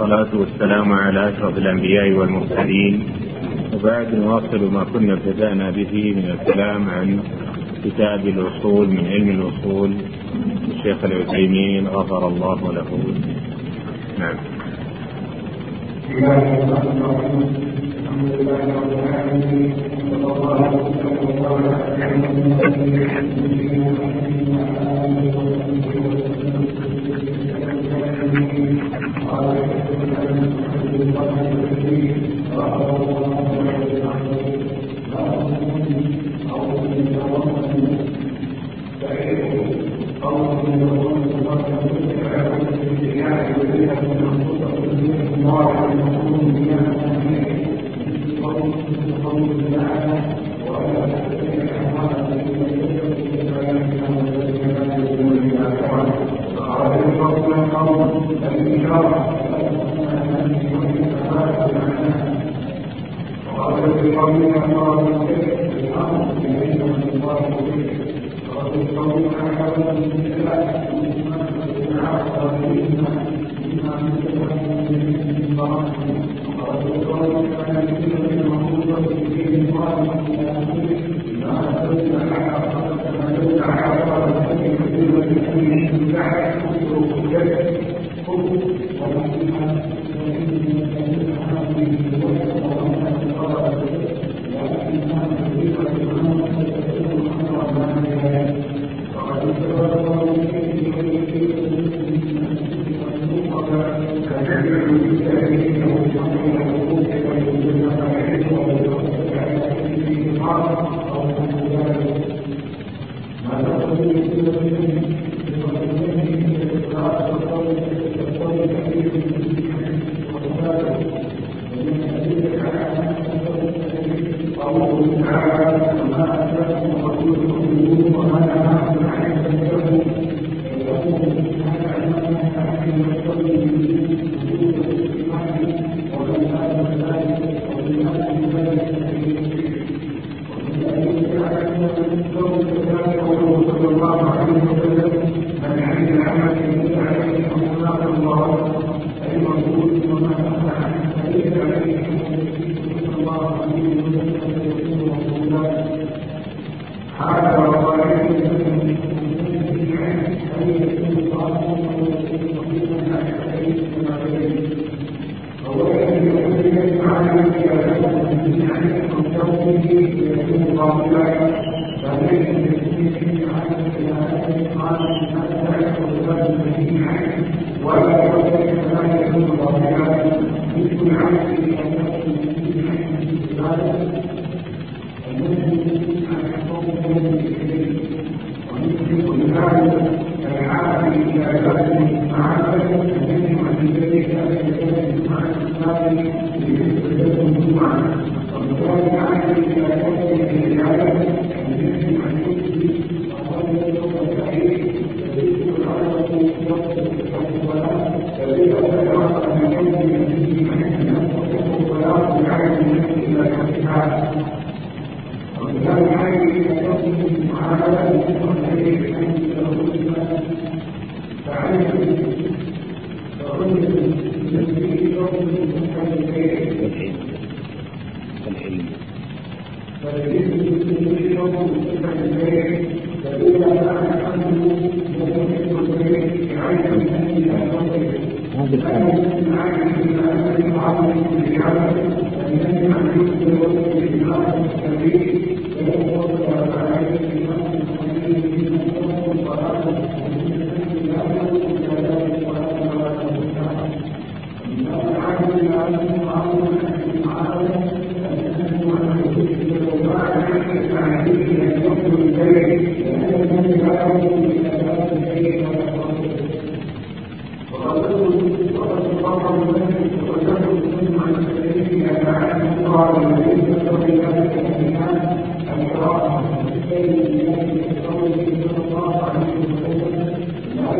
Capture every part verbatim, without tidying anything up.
والصلاة والسلام على أشرف الأنبياء والمرسلين، وبعد نواصل ما كنا ابتدأنا به من الكلام عن كتاب الأصول من علم الأصول الشيخ العثيمين غفر الله له. نعم. الحمد لله رب العالمين، صلى الله عليه وسلم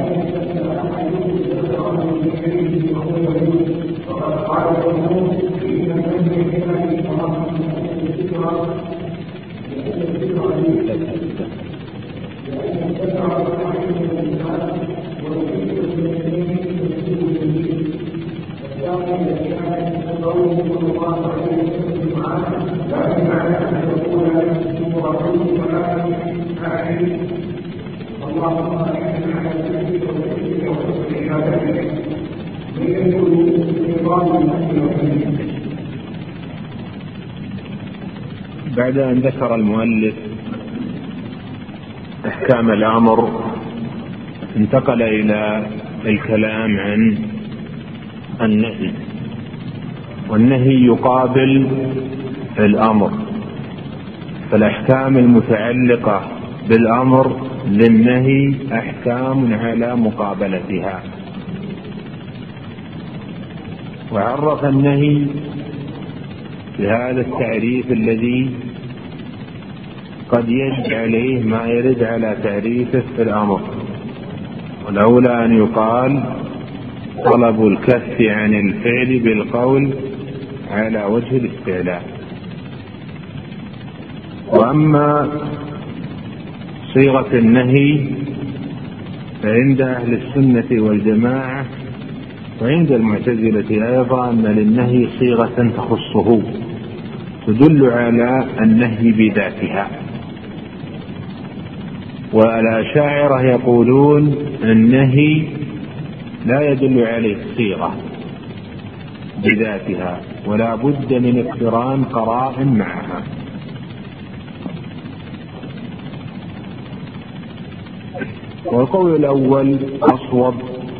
وقد قال بعد أن ذكر المؤلف أحكام الأمر انتقل إلى الكلام عن النهي، والنهي يقابل الأمر، فالأحكام المتعلقة بالأمر للنهي أحكام على مقابلتها. وعرف النهي بهذا التعريف الذي قد يرد عليه ما يرد على تعريفه في الأمر، ولولا أن يقال طلب الكف عن الفعل بالقول على وجه الاستعلاء. وأما صيغة النهي فعند أهل السنة والجماعة وعند المعتزلة أيضا أن للنهي صيغة تخصه تدل على النهي بذاتها. والأشاعرة يقولون النهي لا يدل عليه صيغة بذاتها ولا بد من اقتران قرائن معها. والقول الأول أصوب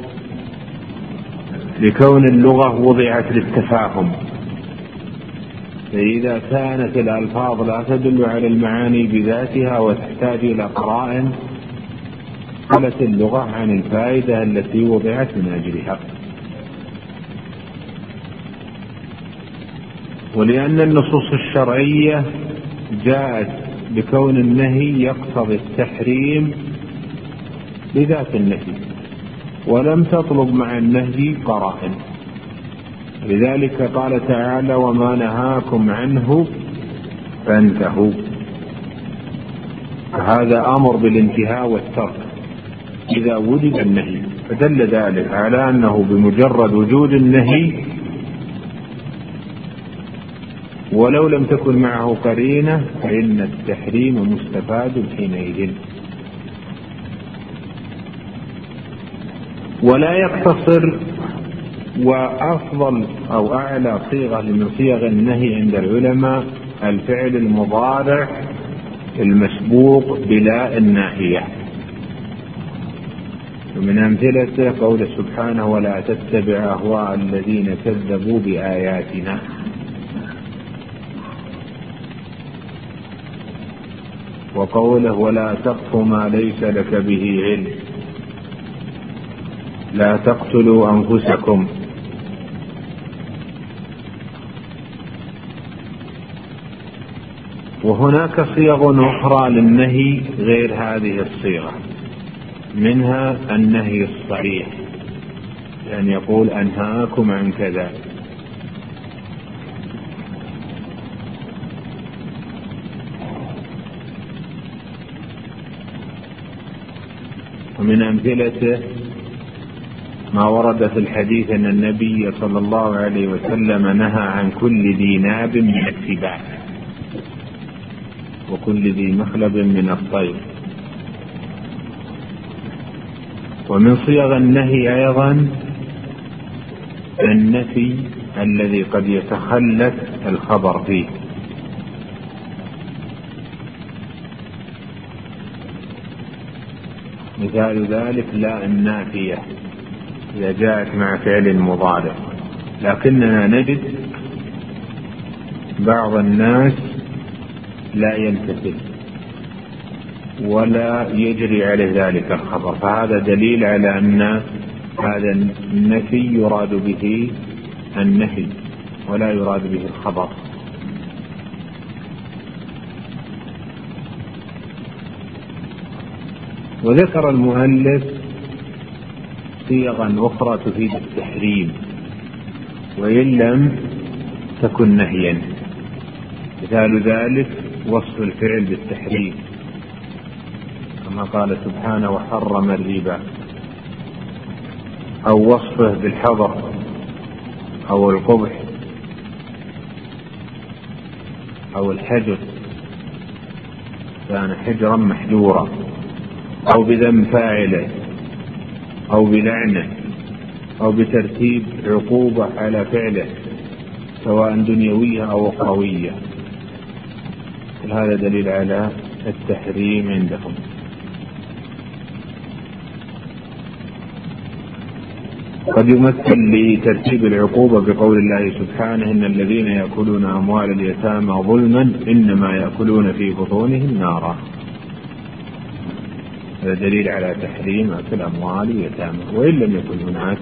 لكون اللغة وضعت للتفاهم، فإذا كانت الألفاظ لا تدل على المعاني بذاتها وتحتاج إلى قرائن خلت اللغة عن الفائدة التي وضعت من أجلها. ولأن النصوص الشرعية جاءت بكون النهي يقتضي التحريم بذات النهي ولم تطلب مع النهي قرائن، لذلك قال تعالى وما نهاكم عنه فانتهوا، فهذا أمر بالانتهاء والترك إذا وجد النهي، فدل ذلك على أنه بمجرد وجود النهي ولو لم تكن معه قرينة فإن التحريم مستفاد حينئذ. ولا يقتصر، وأفضل أو أعلى صيغة من صيغ النهي عند العلماء الفعل المضارع المسبوق بلا الناهية. ومن أمثلته قول سبحانه ولا تتبع أهواء الذين كذبوا بآياتنا. وقوله ولا تقف ما ليس لك به علم، لا تقتلوا أنفسكم. وهناك صيغ أخرى للنهي غير هذه الصيغة، منها النهي الصريح، يعني يقول أنهاكم عن كذا. ومن أمثلته ما ورد في الحديث أن النبي صلى الله عليه وسلم نهى عن كل ذي ناب من السباع وكل ذي مخلب من الطير. ومن صيغ النهي أيضا النفي الذي قد يتخلف الخبر فيه، مثال ذلك لا النافية إذا جاءت مع فعل مضارع، لكننا نجد بعض الناس لا يمتثل ولا يجري عليه ذلك الخبر، فهذا دليل على أن هذا النفي يراد به النهي ولا يراد به الخبر. وذكر المؤلف صيغا أخرى تفيد التحريم وإن لم تكن نهيا، مثال ذلك وصف الفعل بالتحريم كما قال سبحانه وحرم الربا، أو وصفه بالحظر أو القبح أو الحجر كان حجرا محجورا، أو بذم فاعله، أو بلعنه، أو بترتيب عقوبة على فعله سواء دنيوية أو أخروية، هذا دليل على التحريم عندهم. قد يمثل لترتيب العقوبة بقول الله سبحانه: إن الذين يأكلون أموال اليتامى ظلما إنما يأكلون في بطونهم نارا. هذا دليل على تحريم أكل أموال اليتامى وإن لم يكن هناك.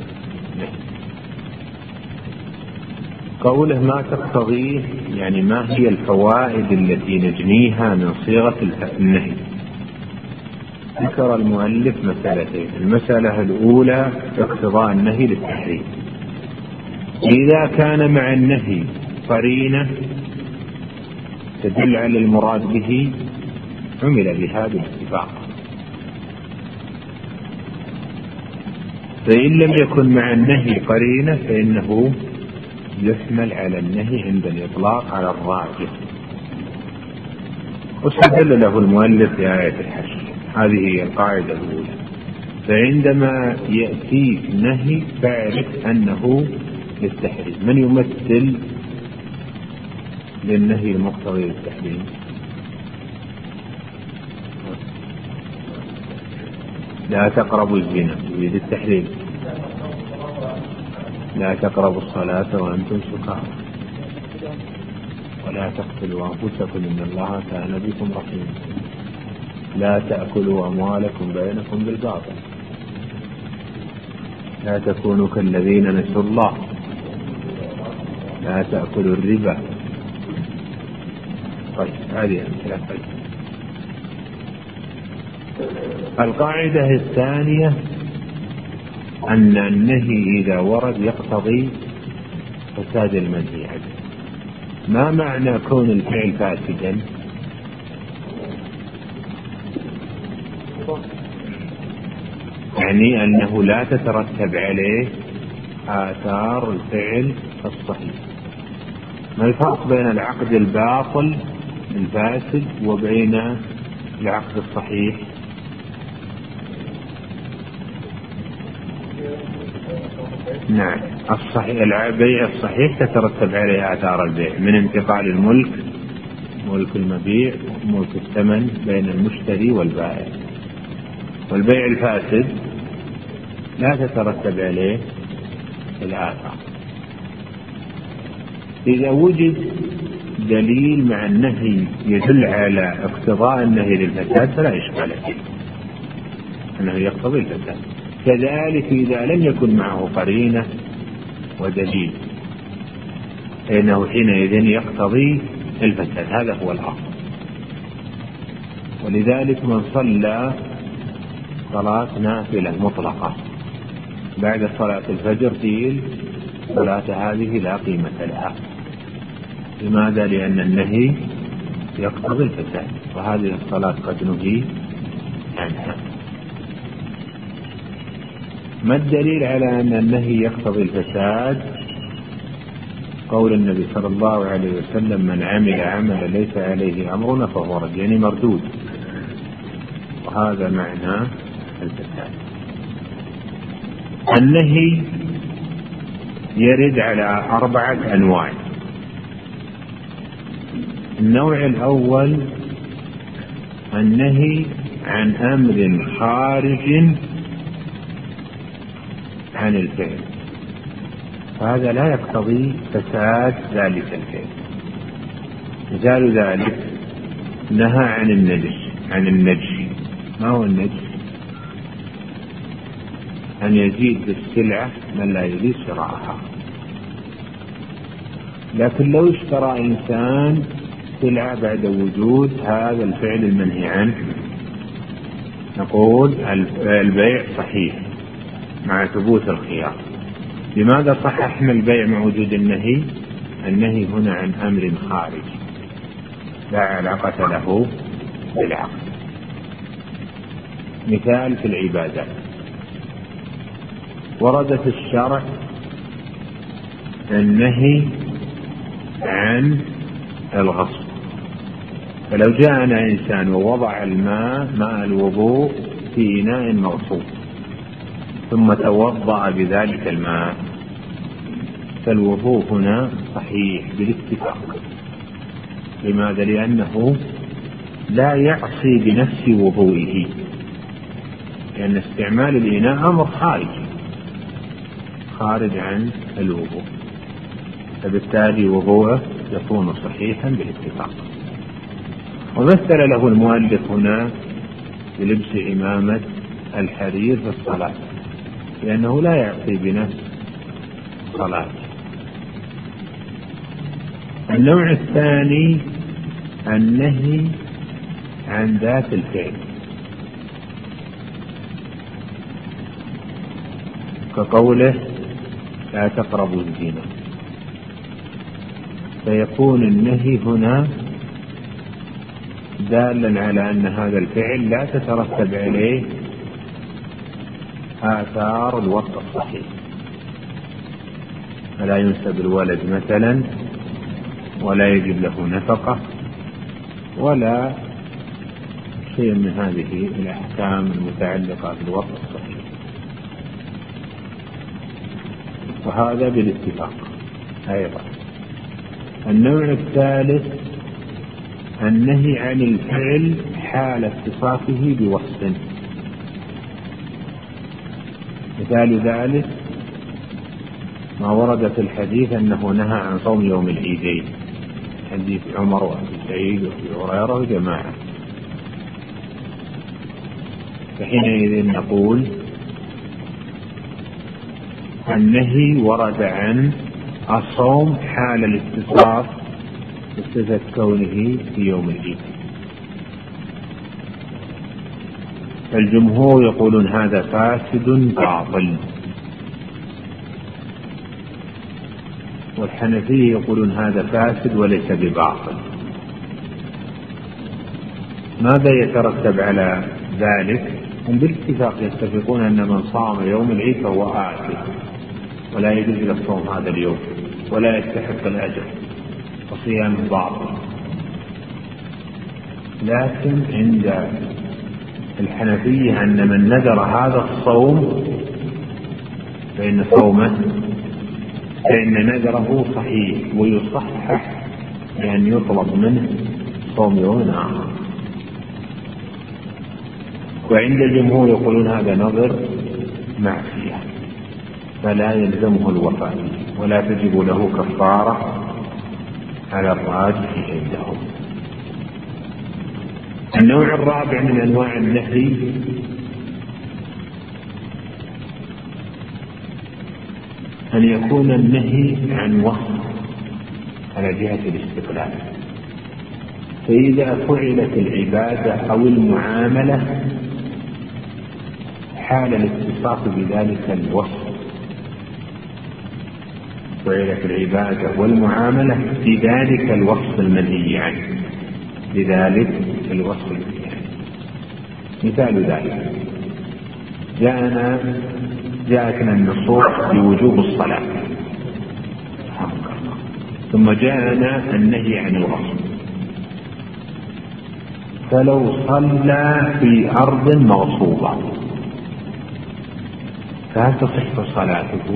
قوله ما تقتضيه يعني ما هي الفوائد التي نجنيها من صيغة النهي. ذكر المؤلف مسألتين: المسألة الأولى اقتضاء النهي للتحريم، إذا كان مع النهي قرينة تدل على المراد به عمل بها بالاتفاق، فإن لم يكن مع النهي قرينة فإنه يحمل على النهي عند الإطلاق على الراجح. واستدل له المؤلف في آية الحشر. هذه هي القاعدة الأولى. فعندما يأتي نهي فاعرف أنه للتحريم. من يمثل للنهي المقتضي للتحريم؟ لا تقربوا الزنا يريد التحريم، لا تقربوا الصلاة وأنتم سكارى، ولا تقتلوا أنفسكم إن الله كان بكم رحيما، لا تأكلوا أموالكم بينكم بالباطل، لا تكونوا كالذين نسوا الله، لا تأكلوا الربا. طيب هذه أمثلة. طيب القاعدة الثانية أن النهي إذا ورد يقتضي فساد المنهي عنه. ما معنى كون الفعل فاسدا؟ يعني أنه لا تترتب عليه آثار الفعل الصحيح. ما الفرق بين العقد الباطل الفاسد وبين العقد الصحيح؟ نعم، الصحيح البيع الصحيح تترتب عليه آثار البيع من انتقال الملك، ملك المبيع، ملك الثمن بين المشتري والبائع. والبيع الفاسد لا تترتب عليه الآثار. إذا وجد دليل مع النهي يدل على اقتضاء النهي للفساد فلا إشكال فيه، أنه يقتضي الفساد. كذلك إذا لم يكن معه قرينة ودليل فإنه حينئذ يقتضي الفساد. هذا هو الأصل. ولذلك من صلى صلاة نافلة مطلقة بعد صلاة الفجر قيل صلاة هذه لا قيمة لها. لماذا؟ لأن النهي يقتضي الفساد، وهذه الصلاة قد نهي عنها. ما الدليل على أن النهي يقتضي الفساد؟ قول النبي صلى الله عليه وسلم: من عمل عملا ليس عليه أمرنا فهو رد، يعني مردود. وهذا معنى الفساد. النهي يرد على أربعة أنواع. النوع الأول النهي عن أمر خارج عن الفعل، فهذا لا يقتضي فساد ذلك الفعل. مثال ذلك نهى عن النجش عن النجش. ما هو النجش؟ أن يزيد بالسلعة من لا يريد شراءها. لكن لو اشترى إنسان سلعة بعد وجود هذا الفعل المنهي عنه نقول البيع صحيح مع ثبوت الخيار. لماذا صححنا البيع مع وجود النهي؟ النهي هنا عن أمر خارج لا علاقة له بالعقد. مثال في العبادات: ورد في الشرع النهي عن الغصب. فلو جاءنا إنسان ووضع الماء ماء الوضوء في إناء مغصوب ثم توضأ بذلك الماء فالوضوء هنا صحيح بالاتفاق. لماذا؟ لأنه لا يعصي بنفس وضوئه، لأن استعمال الإناء أمر خارج خارج عن الوضوء، فبالتالي وضوءه يكون صحيحا بالاتفاق. ومثل له المؤلف هنا بلبس عمامة الحرير في الصلاة، لأنه لا يعصي بنفس صلاة. النوع الثاني النهي عن ذات الفعل، كقوله لا تقربوا الزنا، فيكون النهي هنا دالا على أن هذا الفعل لا تترتب عليه آثار الوطء الصحيح، فلا ينسب الولد مثلا، ولا يجب له نفقة، ولا شيء من هذه الأحكام المتعلقة بالوطء الصحيح، وهذا بالاتفاق أيضا. النوع الثالث النهي عن الفعل حال اتصافه بوصف. مثال ذلك ما ورد في الحديث أنه نهى عن صوم يوم العيدين، حديث عمر وأبي سعيد وأبي هريرة وجماعة. فحينئذ نقول النهي ورد عن الصوم حال الاتصاف بصفة كونه في يوم العيد. الجمهور يقولون هذا فاسد باطل، والحنفية يقولون هذا فاسد وليس بباطل. ماذا يترتب على ذلك؟ هم بالاتفاق يتفقون أن من صام يوم العيد فهو آثم ولا يجوز له صوم هذا اليوم ولا يستحق الأجر وصيام باطل. لكن عند الحنفية أن من نذر هذا الصوم فإن صومه فإن نذره صحيح ويصحح، يعني يطلب منه صوم يوم آخر. وعند الجمهور يقولون هذا نذر معصية فلا يلزمه الوفاء ولا تجب له كفارة على الراجح عندهم. النوع الرابع من أنواع النهي أن يكون النهي عن وصف على جهة الاستقلال، فإذا فعلت العبادة أو المعاملة حال الاتصاف بذلك الوصف، فعلت العبادة والمعاملة بذلك الوصف المنهي عنه، لذلك الوصف المنهي عنه. مثال ذلك جاءنا جاءتنا النصوص بوجوب الصلاة ثم جاءنا النهي عن الغصب، فلو صلى في أرض مغصوبة فهل تصح صلاته؟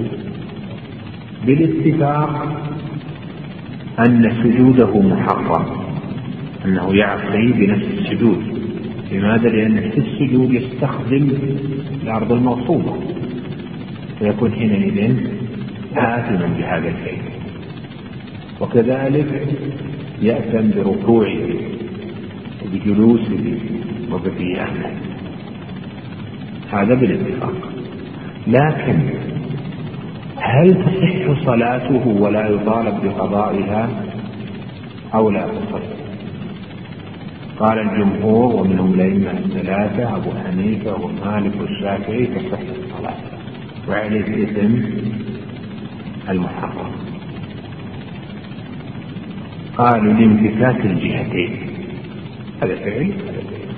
بالاتفاق أن سجوده محرم، أنه يعصي بنفس السجود. لماذا؟ لأن في السجود يستخدم الأرض المغصوبة، فيكون حينئذ آثما بهذا الشيء، وكذلك يأثم بركوعه وبجلوسه وبقيامه، هذا بالاتفاق. لكن هل تصح صلاته ولا يطالب بقضائها أو لا تصح؟ قال الجمهور ومنهم الأئمة الثلاثة أبو حنيفة ومالك والشافعي تصح الصلاة وعليه الإثم المحرم. قالوا لانفكاك الجهتين، هذا فعل هذا فعل.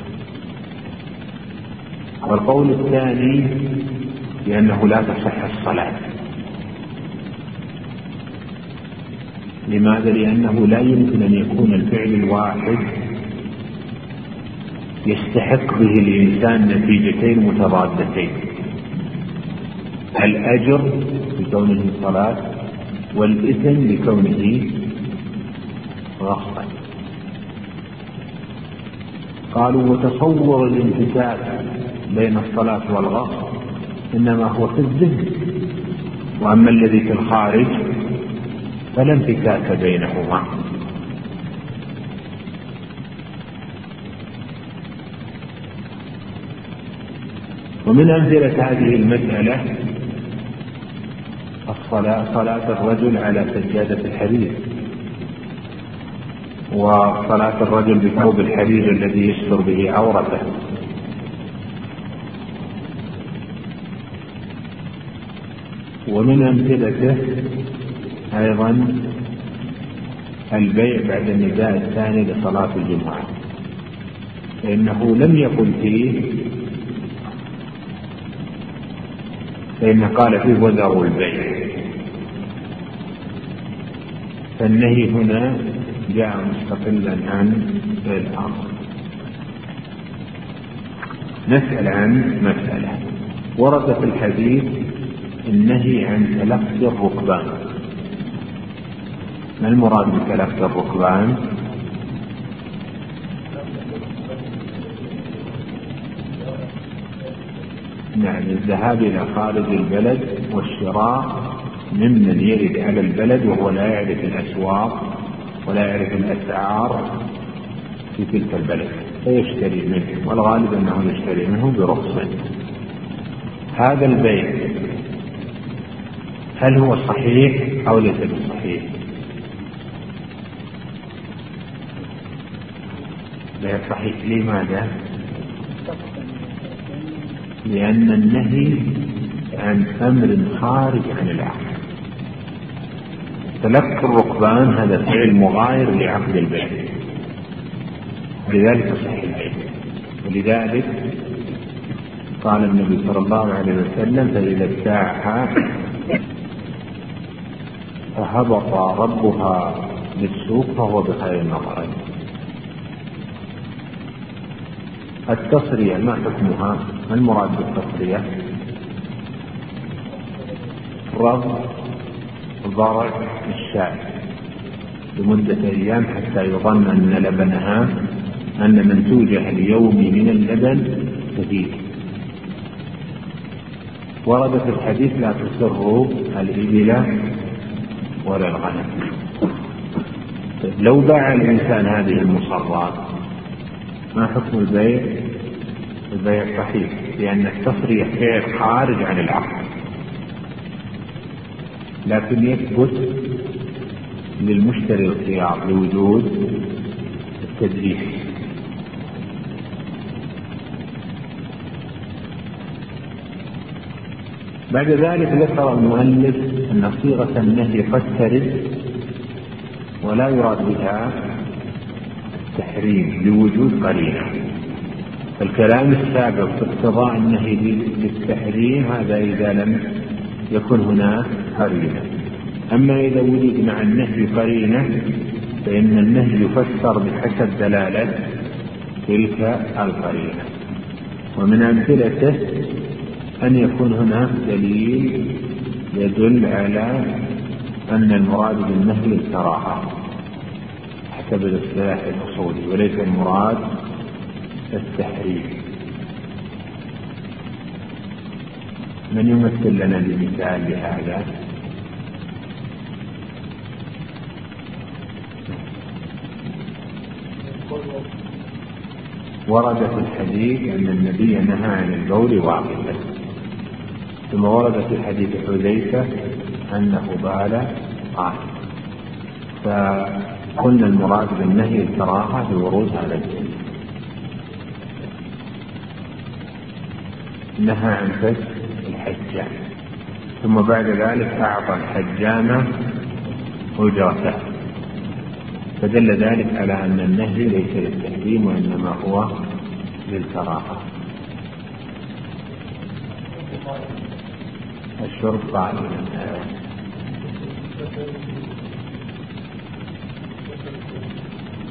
والقول الثاني لأنه لا تصح الصلاة، لماذا؟ لأنه لا يمكن أن يكون الفعل الواحد يستحق به الإنسان نتيجتين متضادتين، الأجر بكونه صلاة والإثم بكونه غصبا. قالوا وتصور الانتساب بين الصلاة والغصب إنما هو في الذهن، وأما الذي في الخارج فلا انفكاك بينهما. ومن أمثلة هذه المسألة الصلاة صلاة الرجل على سجادة الحرير، وصلاة الرجل بثوب الحرير الذي يستر به عورته، ومن أمثلته أيضا البيع بعد النداء الثاني لصلاة الجمعة، فإنه لم يقل فيه، فإنه قال فيه وذروا البيع، فالنهي هنا جاء مستقلا عن الأمر. نسأل عن مسألة ورد في الحديث النهي عن تلقي الركبان. ما المراد بتلقي الركبان؟ نعم، الذهاب إلى خارج البلد والشراء ممن يرد على البلد وهو لا يعرف الأسواق ولا يعرف الأسعار في تلك البلد فيشتري منه، والغالب أنه يشتري منه برخص. هذا البيع هل هو صحيح أو ليس بصحيح؟ لا صحيح. لماذا؟ لأن النهي عن أمر خارج عن العقل. تلقي الركبان هذا فعل مغاير لعقد البيع، لذلك صحيح البيع. ولذلك قال النبي صلى الله عليه وسلم فإذا ابتاعها فهبط ربها للسوق فهو بخير النظرين. التصرية ما حكمها؟ ما المراد بالتصرية؟ رض ضرع الشاة لمدة أيام حتى يظن أن لبنها أن منتوجها اليومي من اللبن كثير. ورد في الحديث لا تسروا الإبل ولا الغنم. لو باع الإنسان هذه المصرات ما حكم البيع؟ البيع صحيح، لأن التصريح فعل خارج عن العقد، لكن يثبت للمشتري الخيار لوجود التدليس. بعد ذلك ذكر المؤلف أن صيغة النهي قد ترد ولا يراد بها التحريم لوجود قرينة. الكلام السابق في اقتضاء النهي للتحريم هذا إذا لم يكن هناك قرينة. أما إذا وجد مع النهي قرينة فإن النهي يفسر بحسب دلالة تلك القرينة. ومن أمثلته أن يكون هناك دليل يدل على أن المراد بالنهي الكراهة حسب الاصطلاح الأصولي وليس المراد التحريم. من يمثل لنا بمثال لهذا؟ ورد في الحديث أن النبي نهى عن البول واقفا، ثم ورد في حديث حذيفة أنه بال قائما، فقلنا المراد بالنهي الكراهة بورود هذا الدليل. نهى عن فسخ الحجام، ثم بعد ذلك أعطى الحجام أجرته، فدل ذلك على أن النهي ليس للتحريم وإنما هو للكراهة. الشرب قائما.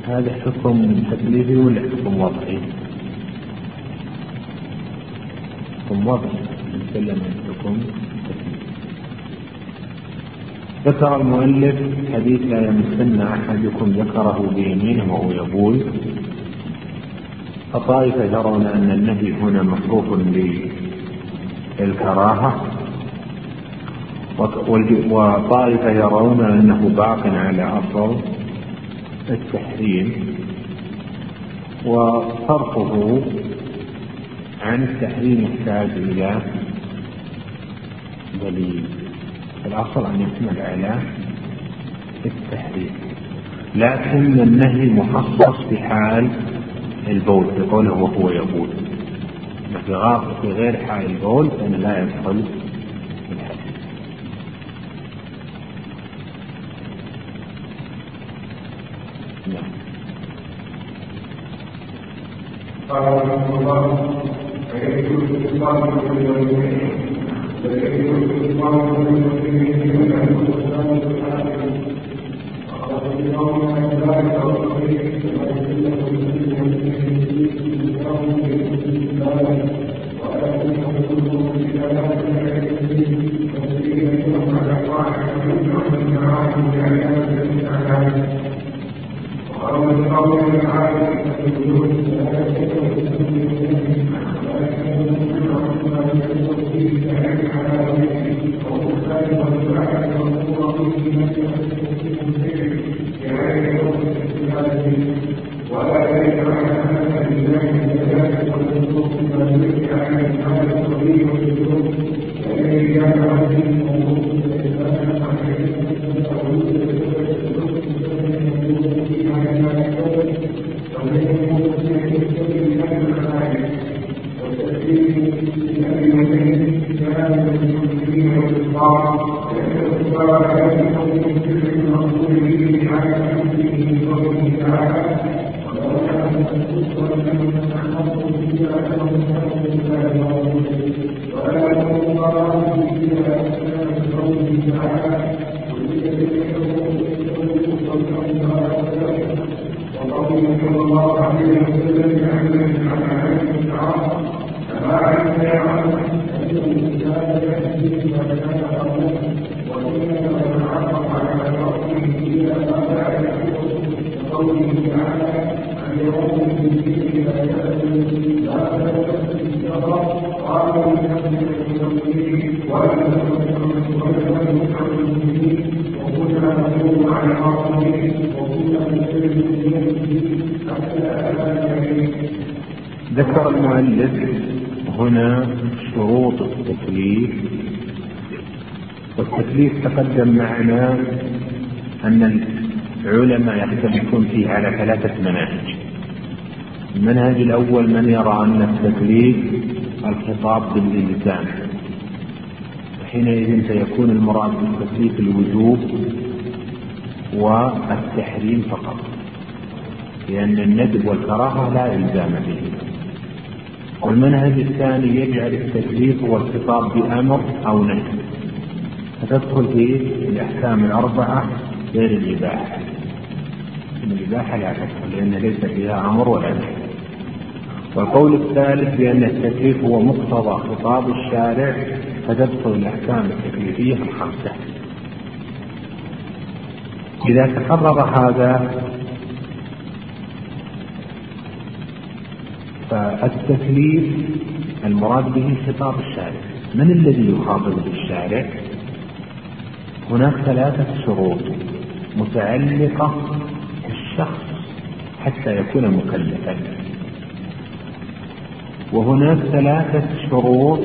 هذا حكم تكليفي ولا حكم وضعي؟ حكم وضعي، نتكلم عن حكم تكليفي. ذكر المؤلف حديث لا يمسن أحدكم ذكره بيمينه وهو يبول، فطائفة يرون أن النهي هنا مصروف للكراهة، وطائفة يرون أنه باق على أصل التحريم، وصرفه عن التحريم يحتاج إلى دليل. الأصل أن يحمل على التحريم، لكن النهي مخصص في حال البول بقوله وهو يبول، في غير حال البول فإن لا يدخل في الحديث. نعم. قال رحمه الله: فيجوز الاتصال بالوالدين ويجوز الاتصال بالوالدين ويجوز الاتصال بالحاكم. وقد يقول عن ذلك والصحيح ذكر المؤلف هنا شروط التكليف، والتكليف تقدم معنا أن العلماء يختلفون فيه على ثلاثة مناهج. المنهج الأول من يرى أن التكليف الخطاب بالإلزام، حينئذ سيكون المراد بالتكليف الوجوب والتحريم فقط، لأن الندب والكراهة لا إلزام به. والمنهج الثاني يجعل التكليف هو الخطاب بأمر أو نهي، فتدخل فيه الأحكام الأربعة غير الإباحة. الإباحة لا تدخل لأن ليس فيها أمر ولا نهي. والقول الثالث بأن التكليف هو مقتضى خطاب الشارع، فتدخل الأحكام التكليفية الخمسة. إذا تقرر هذا فالتكليف المراد به خطاب الشارع. من الذي يخاطب بالشارع؟ هناك ثلاثة شروط متعلقة بالشخص حتى يكون مكلفا، وهناك ثلاثة شروط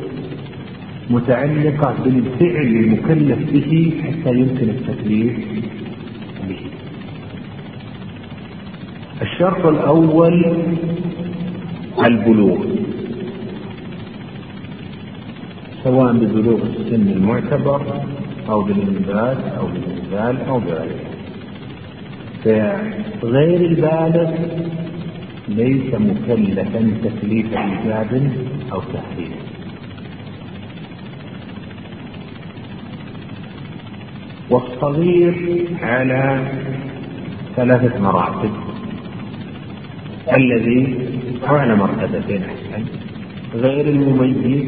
متعلقة بالفعل المكلف به حتى يمكن التكليف به. الشرط الأول البلوغ، سواء ببلوغ السن المعتبر أو بالإنبات أو بالإنزال أو بغيره. فغير البالغ ليس مكلفا تكليف إيجاب أو تحريم. والصغير على ثلاثة مراتب: الذي هو على مرتبتين أحسن. غير المميز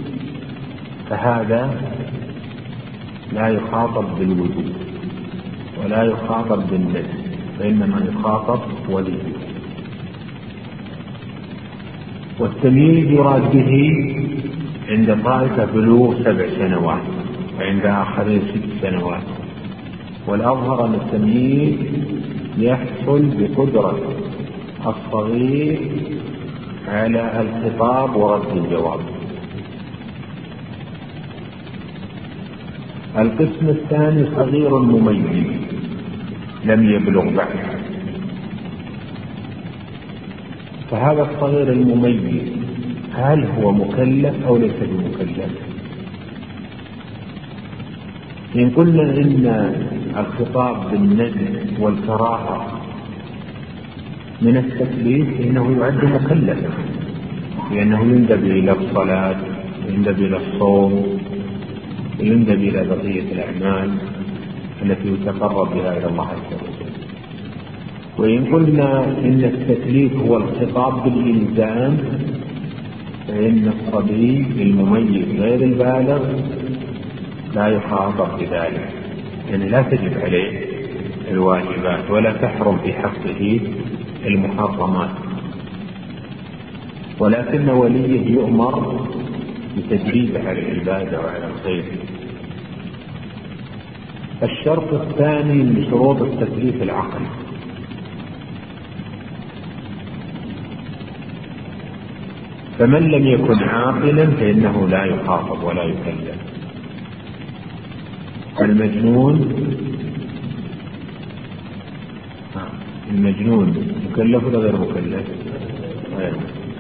فهذا لا يخاطب بالوجوب ولا يخاطب بالندب، فإنما يخاطب ولي. والتمييز يراد به عند طائفة بلوغ سبع سنوات وعند آخرين ست سنوات، والأظهر أن التمييز يحصل بقدرة الصغير على الخطاب ورد الجواب. القسم الثاني صغير مميز لم يبلغ بعد، فهذا الصغير المميز هل هو مكلف أو ليس بمكلف؟ إن قلنا إن الخطاب بالندب والكراهة من التكليف إنه يعد مكلفا، لأنه يندب إلى الصلاة، يندب إلى الصوم، يندب إلى بقية الأعمال التي يتقرب بها إلى الله عز وجل. وإن قلنا إن التكليف هو الخطاب بالإلزام فإن الصبي المميز غير البالغ لا يخاطب بذلك، يعني لا تجب عليه الواجبات ولا تحرم في حقه المحرمات، ولكن وليه يؤمر بتدريبه على العبادة وعلى الخير. الشرط الثاني من شروط التكليف العقل، فمن لم يكن عاقلا فإنه لا يخاطب ولا يكلف. المجنون المجنون مكلف ولا غير مكلف؟ غير.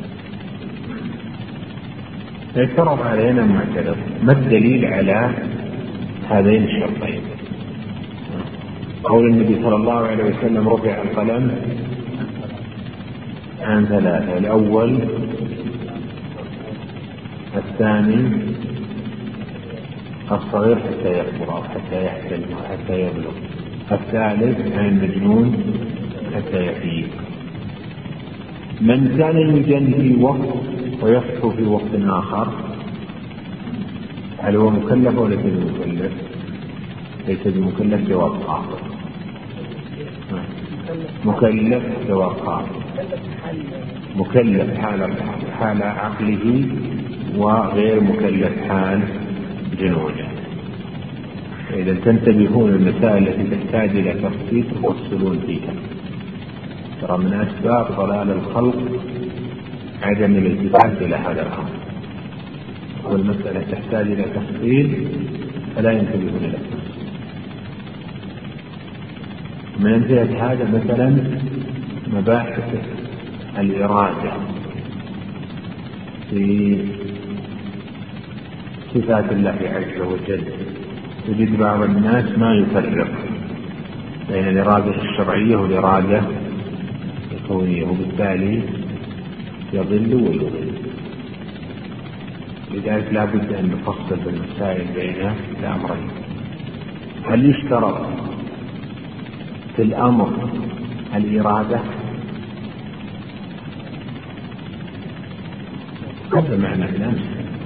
يفترض علينا معترض، ما الدليل على هذين الشرطين؟ قول النبي صلى الله عليه وسلم رفع القلم عن ثلاثة: الأول، الثاني الصغير حتى يكبر أو حتى يحتلم أو حتى يبلغ، الثالث عن المجنون حتى يفيق. من كان يجن في وقت ويصحو في وقت آخر هل هو مكلف ولا ليس بمكلف؟ ليس بمكلف جواب خاطئ. مكلف جواب خاطئ. مكلف حال حال عقله وغير مكلف حال جنونه. إذا تنتبهون المسائل التي تحتاج إلى تفصيل تفصلون فيها. ترى من أسباب ضلال الخلق عدم الالتفات إلى هذا الأمر، والمسألة تحتاج إلى تفصيل فلا ينتبهون إلى التفصيل. من أمثلة هذا مثلا مباحث الإرادة في صفات الله عز وجل. تجد بعض الناس ما يفرق بين الإرادة الشرعية والإرادة الكونية، وبالتالي يضل ويضل. لذلك لا بد أن نفصل بالمسائل بين الأمرين. هل يشترط في الأمر الإرادة؟ هذا معنى الناس.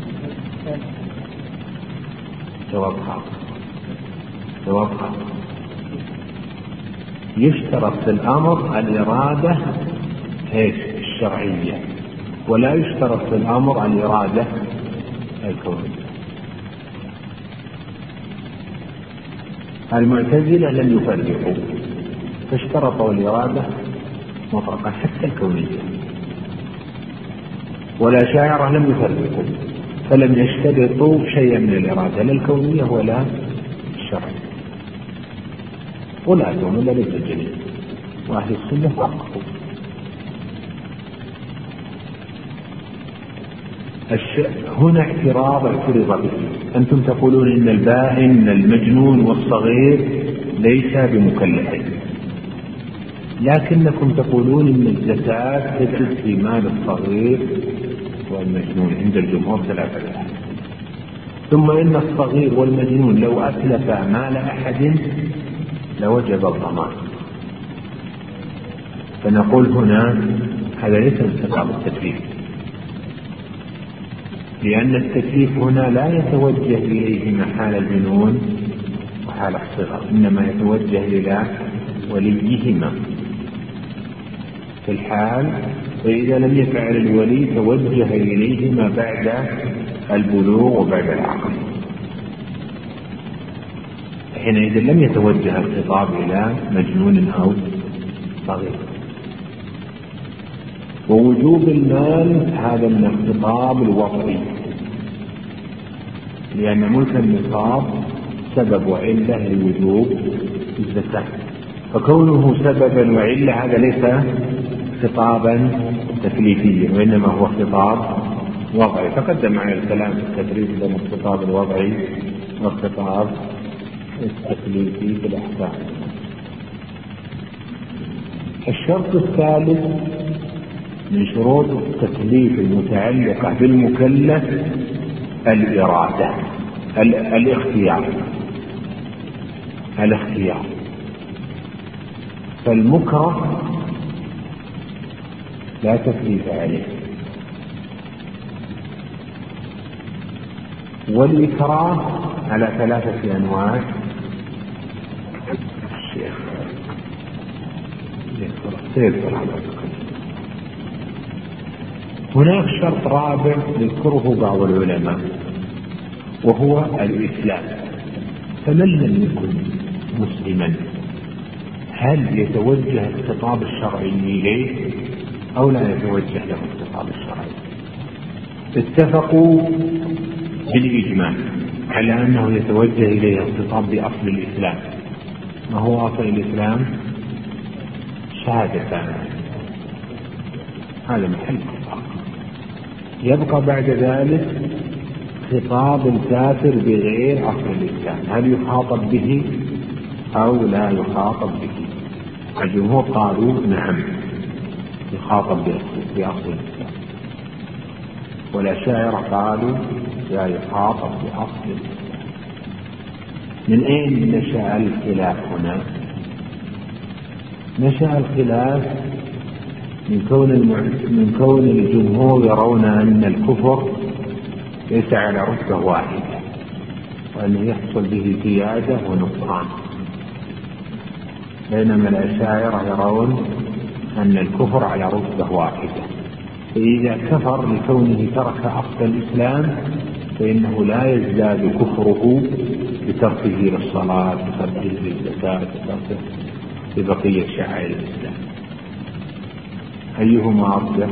جواب خاطئ. جواب خاطئ. يشترط في الأمر الإرادة ايش؟ الشرعية، ولا يشترط في الأمر الإرادة الكونية. المعتزلة لم يفرقوا فاشترطوا الإرادة مطلقا حتى الكونية، ولا شاعر لم يفرقوا فلم يشترطوا شيئا من الإرادة لا الكونية ولا الشرعية. ولا دون ولا ليس الجميع، وأهل السنة وقفوا. هنا اعتراض اعترض به. أنتم تقولون إن البائن المجنون والصغير ليس بمكلفين، لكنكم تقولون إن الزكاة تجب في مال الصغير والمجنون عند الجمهور ثلاثة أحد. ثم إن الصغير والمجنون لو أتلفا مال أحد لوجب الضمان. فنقول هنا هذا ليس من خطاب التكليف، لأن التكليف هنا لا يتوجه إليهما حال الجنون وحال الصغر، إنما يتوجه إلى وليهما في الحال، فإذا لم يفعل الولي توجه إليهما بعد البلوغ وبعد العقل. حينئذ لم يتوجه الخطاب إلى مجنون أو صغير. ووجوب المال هذا من الخطاب الوضعي، لأن ملك النصاب سبب وعلة لوجوب الزكاة، فكونه سببا وعلة هذا ليس خطابا تكليفيا وإنما هو خطاب وضعي. تقدم معي الكلام في التدريب بين الخطاب الوضعي والخطاب التكليفي في الأحكام. الشرط الثالث من شروط التكليف المتعلقة بالمكلف الإرادة، الاختيار الاختيار فالمكره لا تكليف عليه، والإكراه على ثلاثة أنواع. الشيخ سيذكر هناك شرط رابع يذكره بعض العلماء وهو الإسلام. فمن لم يكن مسلما هل يتوجه الخطاب الشرعي إليه أو لا يتوجه له الخطاب الشرعي؟ اتفقوا بالإجماع على أنه يتوجه إليه الخطاب بأصل الإسلام. ما هو أصل الإسلام؟ شهادتان، هذا محل خطاب. يبقى بعد ذلك خطاب الكافر بغير أصل الإسلام، هل يخاطب به أو لا يخاطب به؟ الجمهور قالوا نعم يخاطب بأصل الإسلام، والأشاعرة قالوا لا يخاطب بأصل الإسلام. من أين نشأ الخلاف هنا؟ نشأ الخلاف من كون من كون الجمهور يرون أن الكفر ليس على رتبة واحدة، وأنه يحصل به زيادة ونقصان، بينما الأشاعرة يرون أن الكفر على رتبة واحدة. فإذا كفر لكونه ترك أصل الإسلام فإنه لا يزداد كفره بتركه للصلاة، بتركه للزكاة، بتركه لبقية شعائر الإسلام. أيهما أرجح؟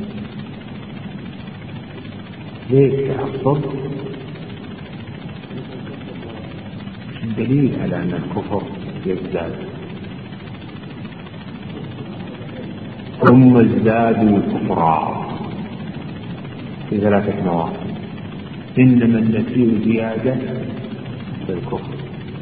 ليش تعصب؟ الدليل على أن الكفر يزداد. ثم ازدادوا كفرا في ثلاثة مواقف، إنما النسيء زيادة في الكفر.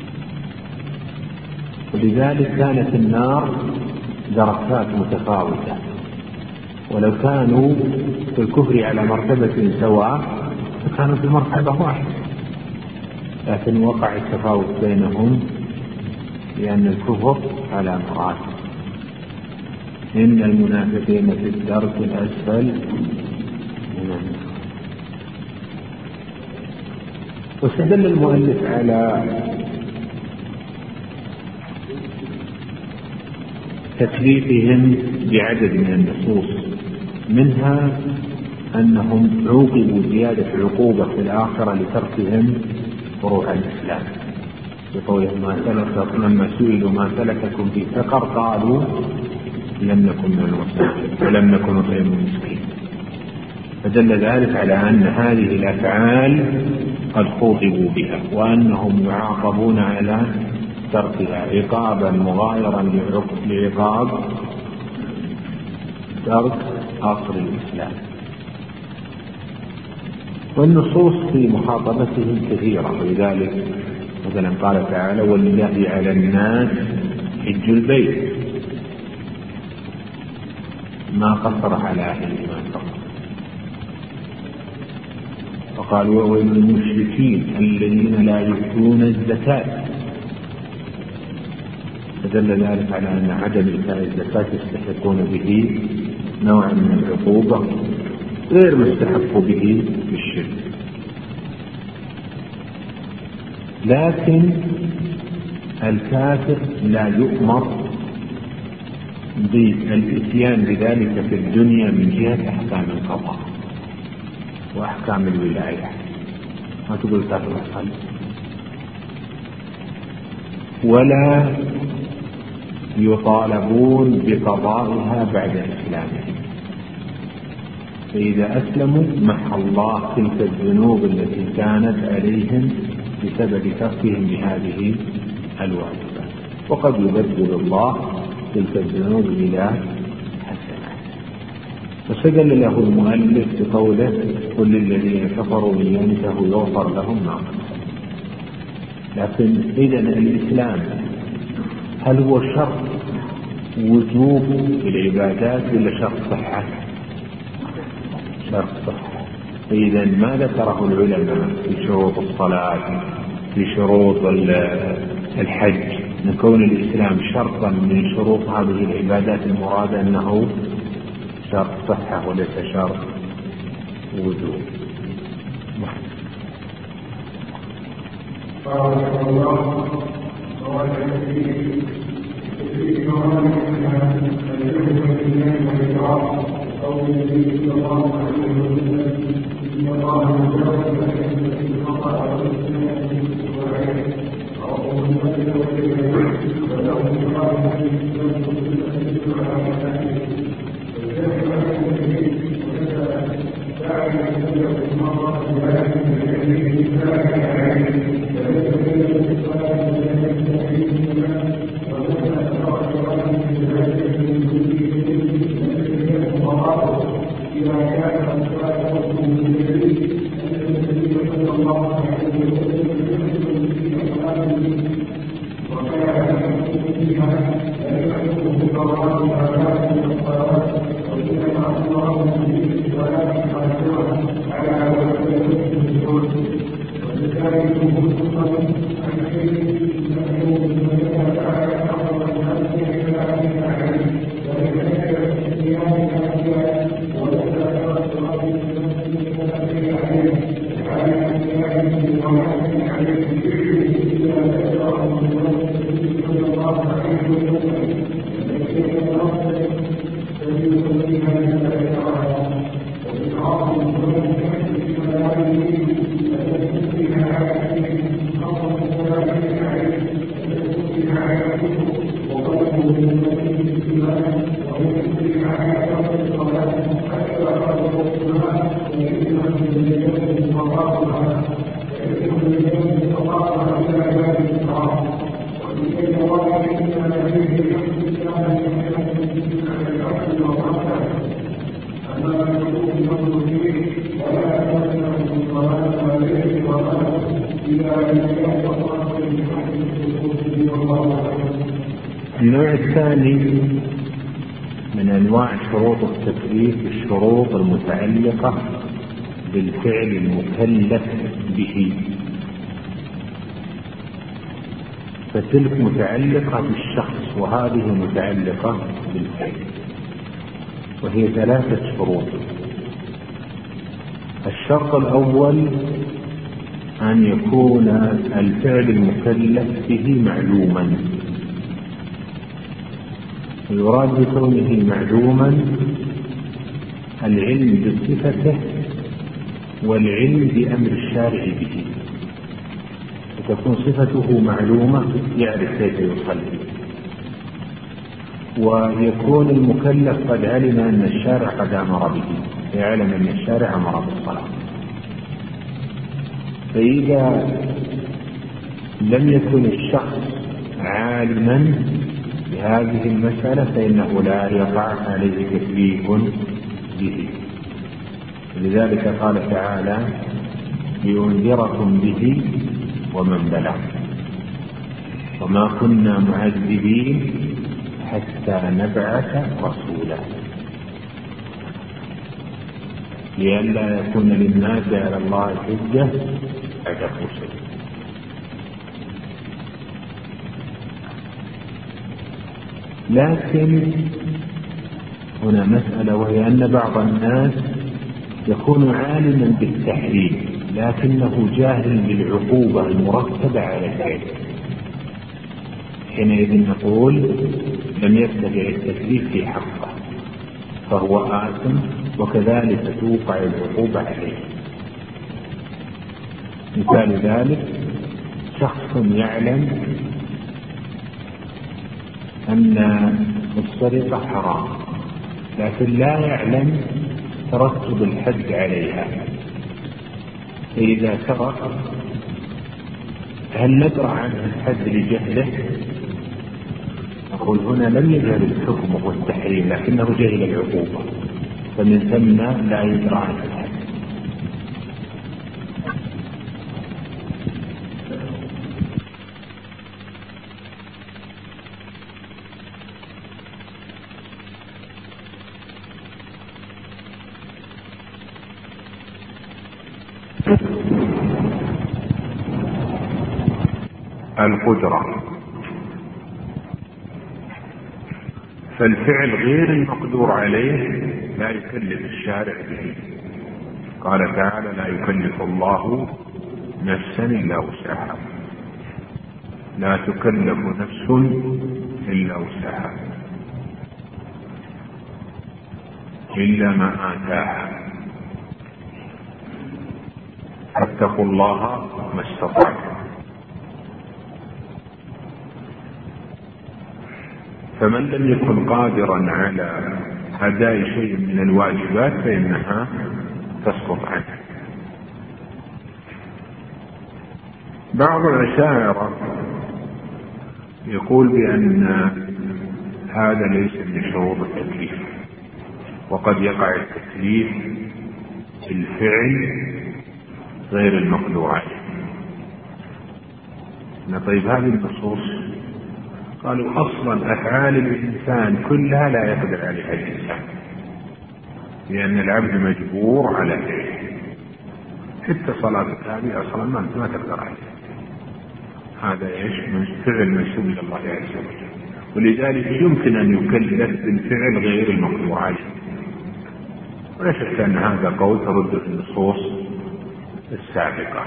ولذلك كانت النار دركات متفاوتة، ولو كانوا في الكفر على مرتبة سواء فكانوا في مرتبة واحدة، لكن وقع التفاوت بينهم لأن الكفر على مراتب. إن المنافقين في الدرك الأسفل من النار. واستدل المؤلف على تكليفهم بعدد من النصوص، منها أنهم عوقبوا زيادة عقوبة في الآخرة لتركهم فروع الإسلام، بقوله ما سلك لما سئلوا ما سلككم في سقر قالوا لم نكن من المسلمين ولم نكن نطعم المسكين. فدل ذلك على أن هذه الأفعال قد خوطبوا بها، وأنهم يعاقبون على تركها عقابا مغايرا لعقاب ترك أصل الإسلام. والنصوص في مخاطبتهم كثيرة، ولذلك مثلا قال تعالى ولله على الناس حج البيت، ما قصر على أهل الإيمان فقط. وقال وويل للمشركين الذين لا يؤتون الزكاة، فدل ذلك على أن عدم إيتاء الزكاة يستحقون به نوع من العقوبة غير مستحق به بالشرك. لكن الكافر لا يؤمر بالاتيان بذلك في الدنيا من جهة أحكام القضاء وأحكام الولاية، ما تقول كافر أصلا، ولا يطالبون بقضائها بعد إسلامهم. فإذا أسلموا محى الله تلك الذنوب التي كانت عليهم بسبب تركهم لهذه الواجبات، وقد يبدل الله تلك الذنوب إلى حسنات. فاستدل له المؤلف بقوله قل للذين كفروا إن ينتهوا يغفر لهم ما قد سلف. لكن إذن الإسلام هل هو شرط وجوب العبادات ولا شرط صحة؟ شرط صحة. إذا ما ذكره العلماء في شروط الصلاة في شروط الحج من كون الإسلام شرطا من شروط هذه العبادات المرادة أنه شرط صحة وليس شرط وجوب. النوع الثاني من أنواع شروط التكليف الشروط المتعلقة بالفعل المكلف به، فتلك متعلقة بالشخص وهذه متعلقة بالفعل، وهي ثلاثة شروط. الشرط الأول أن يكون الفعل المكلف به معلوما، ويراد بكونه معلوما العلم بصفته والعلم بأمر الشارع به، وتكون صفته معلومة يعرف كيف يصلي، ويكون المكلف قد علم أن الشارع قد أمر به، يعلم أن الشارع أمر بالصلاة. فإذا لم يكن الشخص عالما بهذه المسألة فإنه لا يقع عليه تكليف به. لذلك قال تعالى لينذركم به ومن بلغ وما كنا معذبين حتى نبعث رسولا لئلا يكون للناس على الله حجة بعد الرسل. لكن هنا مسألة، وهي أن بعض الناس يكون عالما بالتحريم لكنه جاهل بالعقوبة المرتبة على الفعل، حينئذ نقول لم يرتفع التكليف في حقه فهو آثم، وكذلك توقع العقوبة عليه. مثال ذلك شخص يعلم أن السرقة حرام لكن لا يعلم ترتب الحد عليها، فإذا سرق هل ندرى عنه الحد لجهله؟ نقول هنا لم يجهل الحكم والتحريم لكنه جهل العقوبة، فمن ثم لا يدرى عنه الحد. القدرة، فالفعل غير المقدور عليه لا يكلف الشارع به. قال تعالى: لا يكلف الله نفسا إلا وسعها، لا تكلف نفس إلا وسعها إلا ما آتاها، فاتقوا الله ما استطعتم. فمن لم يكن قادرا على أداء شيء من الواجبات فإنها تسقط عنه. بعض الأشاعرة يقول بأن هذا ليس من شروط التكليف، وقد يقع التكليف بالفعل غير المقدور عليه. طيب هذه النصوص قالوا أصلا أفعال الإنسان كلها لا يقدر عليها الإنسان، لأن العبد مجبور على فعله. حتى صلاتك هذه أصلا ما أنت ما تقدر عليها، هذا إيش؟ من فعل منسوب إلى الله عز وجل، ولذلك يمكن أن يكلف بالفعل غير المقدور عليه. ولا شك أن هذا قول ترد في النصوص السابقة.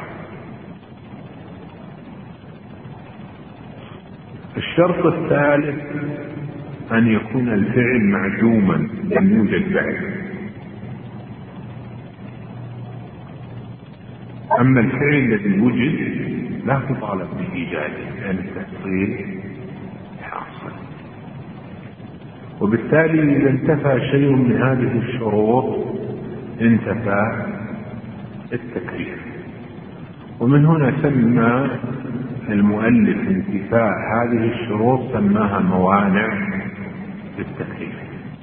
الشرط الثالث أن يكون الفعل معدوما لم يوجد بعد. أما الفعل الذي وجد لا تطالب بإيجاده لأن التحصيل حاصل، وبالتالي إذا انتفى شيء من هذه الشروط انتفى التكليف. ومن هنا سمى المؤلف انتفاء هذه الشروط سماها موانع للتكليف،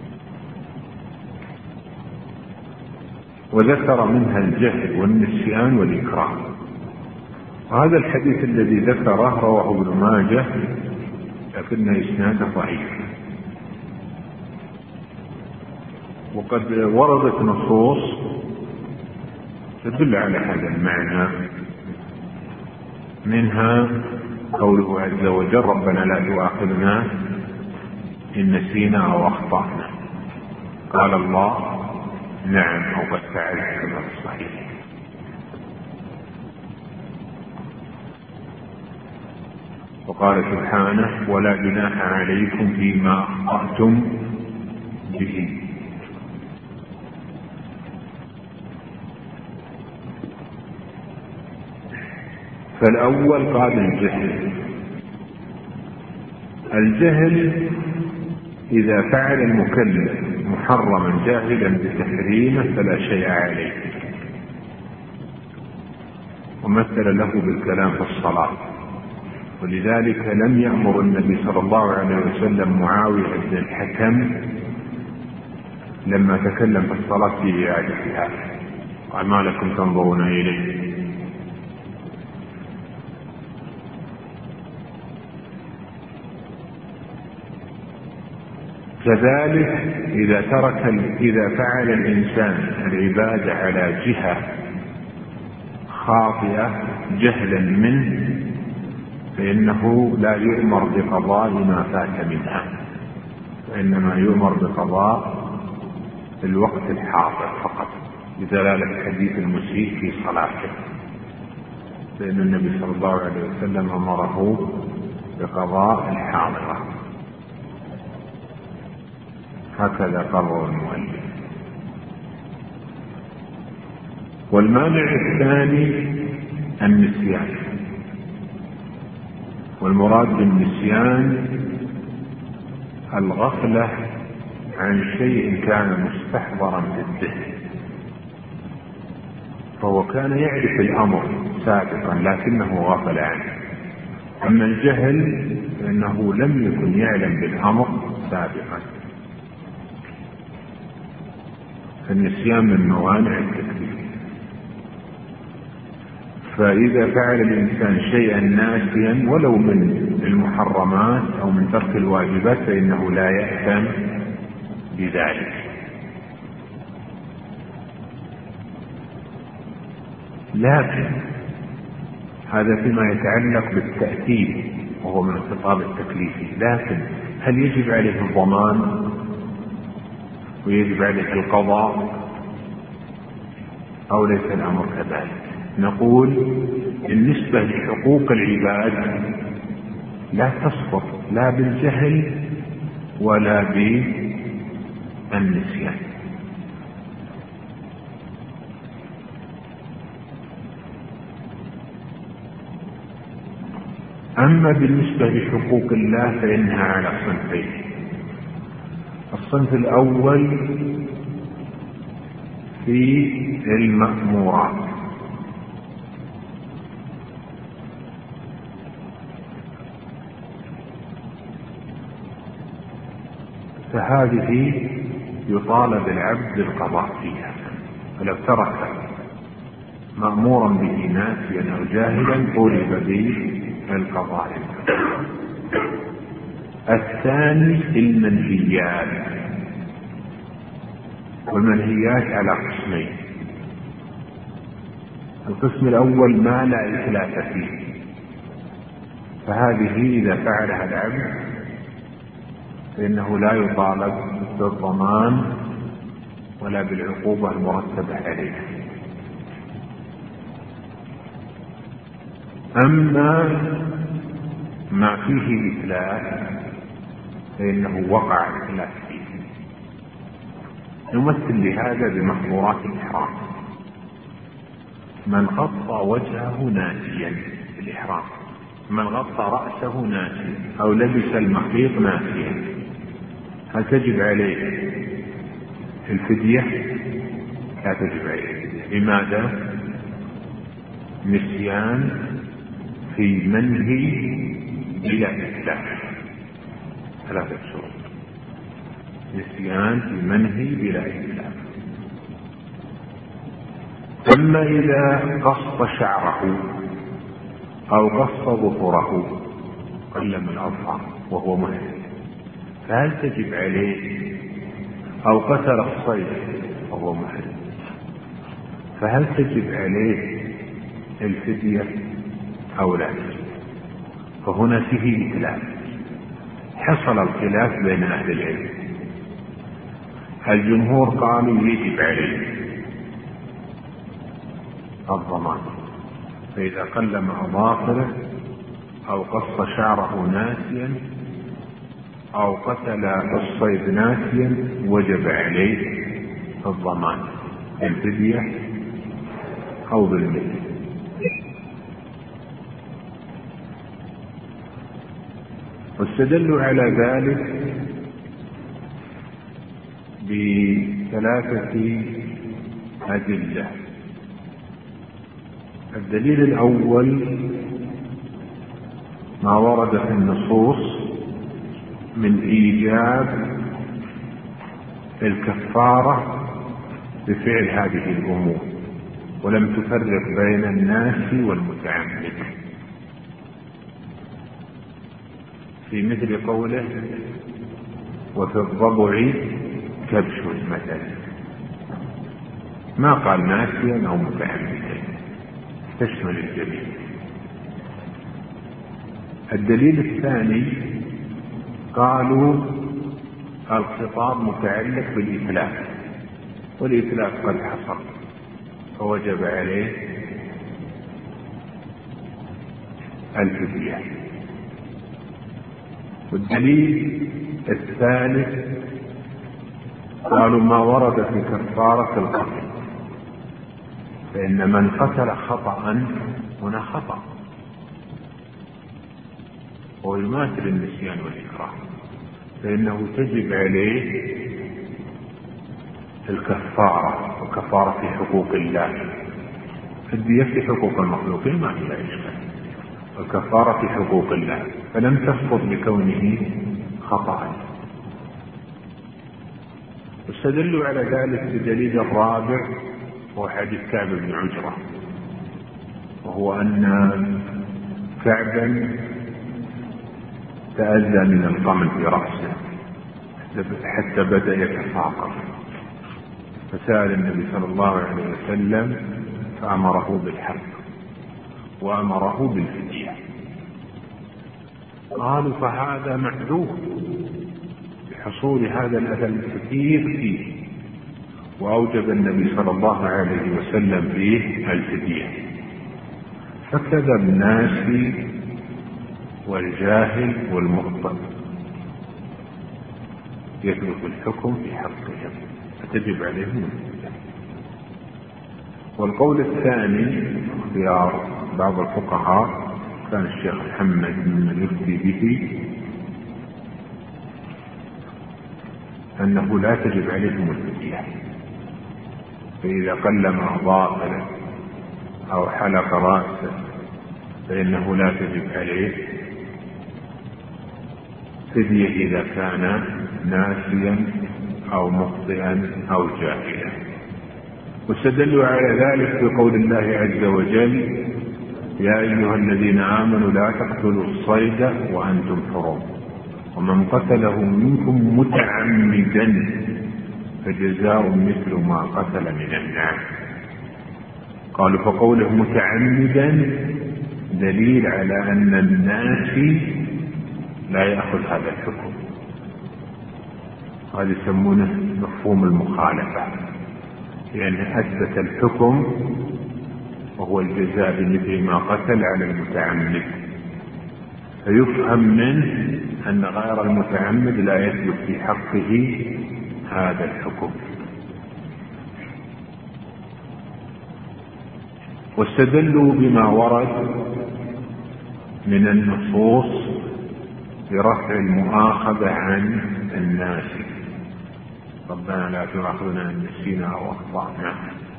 وذكر منها الجهل والنسيان والإكراه. وهذا الحديث الذي ذكره رواه ابن ماجه لكن إسناده ضعيف، وقد وردت نصوص تدل على هذا المعنى، منها قوله عز وجل: ربنا لا تؤاخذنا إن نسينا أو أخطأنا. قال الله: نعم أو قد فعلت كما في الصحيح. وقال سبحانه: ولا جناح عليكم فيما أخطأتم به. فالأول قال الجهل. الجهل إذا فعل المكلف محرما جاهلا بتحريمه فلا شيء عليه، ومثل له بالكلام في الصلاة، ولذلك لم يأمر النبي صلى الله عليه وسلم معاوية بن الحكم لما تكلم في الصلاة في إعادتها، قال: ما لكم تنظرون إليه. كذلك إذا ترك إذا فعل الإنسان العبادة على جهة خاطئة جهلا منه فإنه لا يؤمر بقضاء ما فات منها، وإنما يؤمر بقضاء الوقت الحاضر فقط، بدلالة حديث المسيء في صلاته، لأن النبي صلى الله عليه وسلم أمره بقضاء الحاضرة، هكذا قرر المؤلف. والمانع الثاني النسيان، والمراد بالنسيان الغفلة عن شيء كان مستحضرا في الذهن، فهو كان يعرف الأمر سابقا لكنه غفل عنه. أما الجهل فإنه لم يكن يعلم بالأمر سابقا. النسيان من موانع التكليف، فإذا فعل الإنسان شيئا ناسيا ولو من المحرمات أو من ترك الواجبات فإنه لا يأثم بذلك. لكن هذا فيما يتعلق بالتأكيد وهو من الخطاب التكليفي، لكن هل يجب عليه الضمان ويجب عليه القضاء أو ليس الأمر كذلك؟ نقول بالنسبة لحقوق العباد لا تسقط لا بالجهل ولا بالنسيان. أما بالنسبة لحقوق الله فإنها على صنفين. الصنف الأول في المأمورات، فهذه يطالب العبد بالقضاء فيها، فلو ترك مأمورا به ناسيا أو جاهلا طولب به القضاء. الثاني المنهيات، والمنهيات على قسمين. القسم الأول ما لا إتلاف فيه، فهذه إذا فعلها العبد فإنه لا يطالب بالضمان ولا بالعقوبة المرتبة عليه. أما ما فيه إتلاف فإنه وقع الإتلاف فيه. نمثل لهذا بمحظورات الإحرام. من غطى وجهه ناسيا في الإحرام، من غطى رأسه ناسيا، أو لبس المخيط ناسيا، هل تجب عليه الفدية؟ لا تجب عليه الفدية. لماذا؟ نسيان في منهي بلا إتلاف، ثلاثة شروط. نسيان في منهي بلا إتلاف. أما إذا قص شعره أو قص ظفره قلم الأظفار وهو محرم فهل تجب عليه؟ أو قتل الصيد وهو محرم فهل تجب عليه الفدية أو لا؟ فهنا فيه إتلاف، حصل الخلاف بين أهل العلم. الجمهور قالوا يجب عليه الضمان، فإذا قلم أظافره أو قص شعره ناسيا أو قتل الصيد ناسيا وجب عليه الضمان بالفدية أو بالمثل. واستدلوا على ذلك بثلاثة أدلة. الدليل الأول ما ورد في النصوص من إيجاب الكفارة بفعل هذه الأمور، ولم تفرق بين الناس والمتعمد، في مثل قوله وفي الضبع كبش مثلا، ما قال ناسيا أو متعمدا، تشمل الجميع. الدليل الثاني قالوا الخطاب متعلق بالإتلاف، والإتلاف قد حصل فوجب عليه الفدية. والدليل الثالث قالوا ما ورد في كفارة القتل، فإن من قتل خطأ هنا خطأ ويماثل النسيان والإكراه، فإنه تجب عليه الكفارة، وكفارة في حقوق الله. الدية في حقوق المخلوقين ما فيها إشكال، الكفارة في حقوق الله، فلم تسقط بكونه خطأ. واستدلوا على ذلك بدليل الرابع هو حديث كعب بن عجرة، وهو أن كعبا تأذى من القمل في رأسه حتى بدأ يتفاقر، فسأل النبي صلى الله عليه وسلم فأمره بالحق وأمره بالفدية. قالوا فهذا معذور بحصول هذا الأذى الكثير فيه، وأوجب النبي صلى الله عليه وسلم فيه الفدية. فكذا الناس والجاهل والمخطئ يثبت الحكم في حقهم فتجب عليهم الفدية. والقول الثاني اختيار بعض الفقهاء كان الشيخ محمد ممن يفتي به أنه لا تجب عليهم الفدية، فإذا قلم أظافره أو حلق رأسه فإنه لا تجب عليه فدية إذا كان ناسيا أو مخطئا أو جاهلا. واستدلوا على ذلك بقول الله عز وجل يا أيها الذين آمنوا لا تقتلوا الصيد وأنتم حرم ومن قتله منكم متعمدا فجزاء مثل ما قتل من الناس. قالوا فقوله متعمدا دليل على أن الناس لا يأخذ هذا الحكم، هذا يسمونه مفهوم المخالفة، لأنه أثبت الحكم وهو الجزاء بمثل ما قتل على المتعمد، فيفهم منه أن غير المتعمد لا يثبت في حقه هذا الحكم. واستدلوا بما ورد من النصوص برفع المؤاخذة عن الناس، ربنا لا تؤاخذنا إن نسينا أو أخطأنا.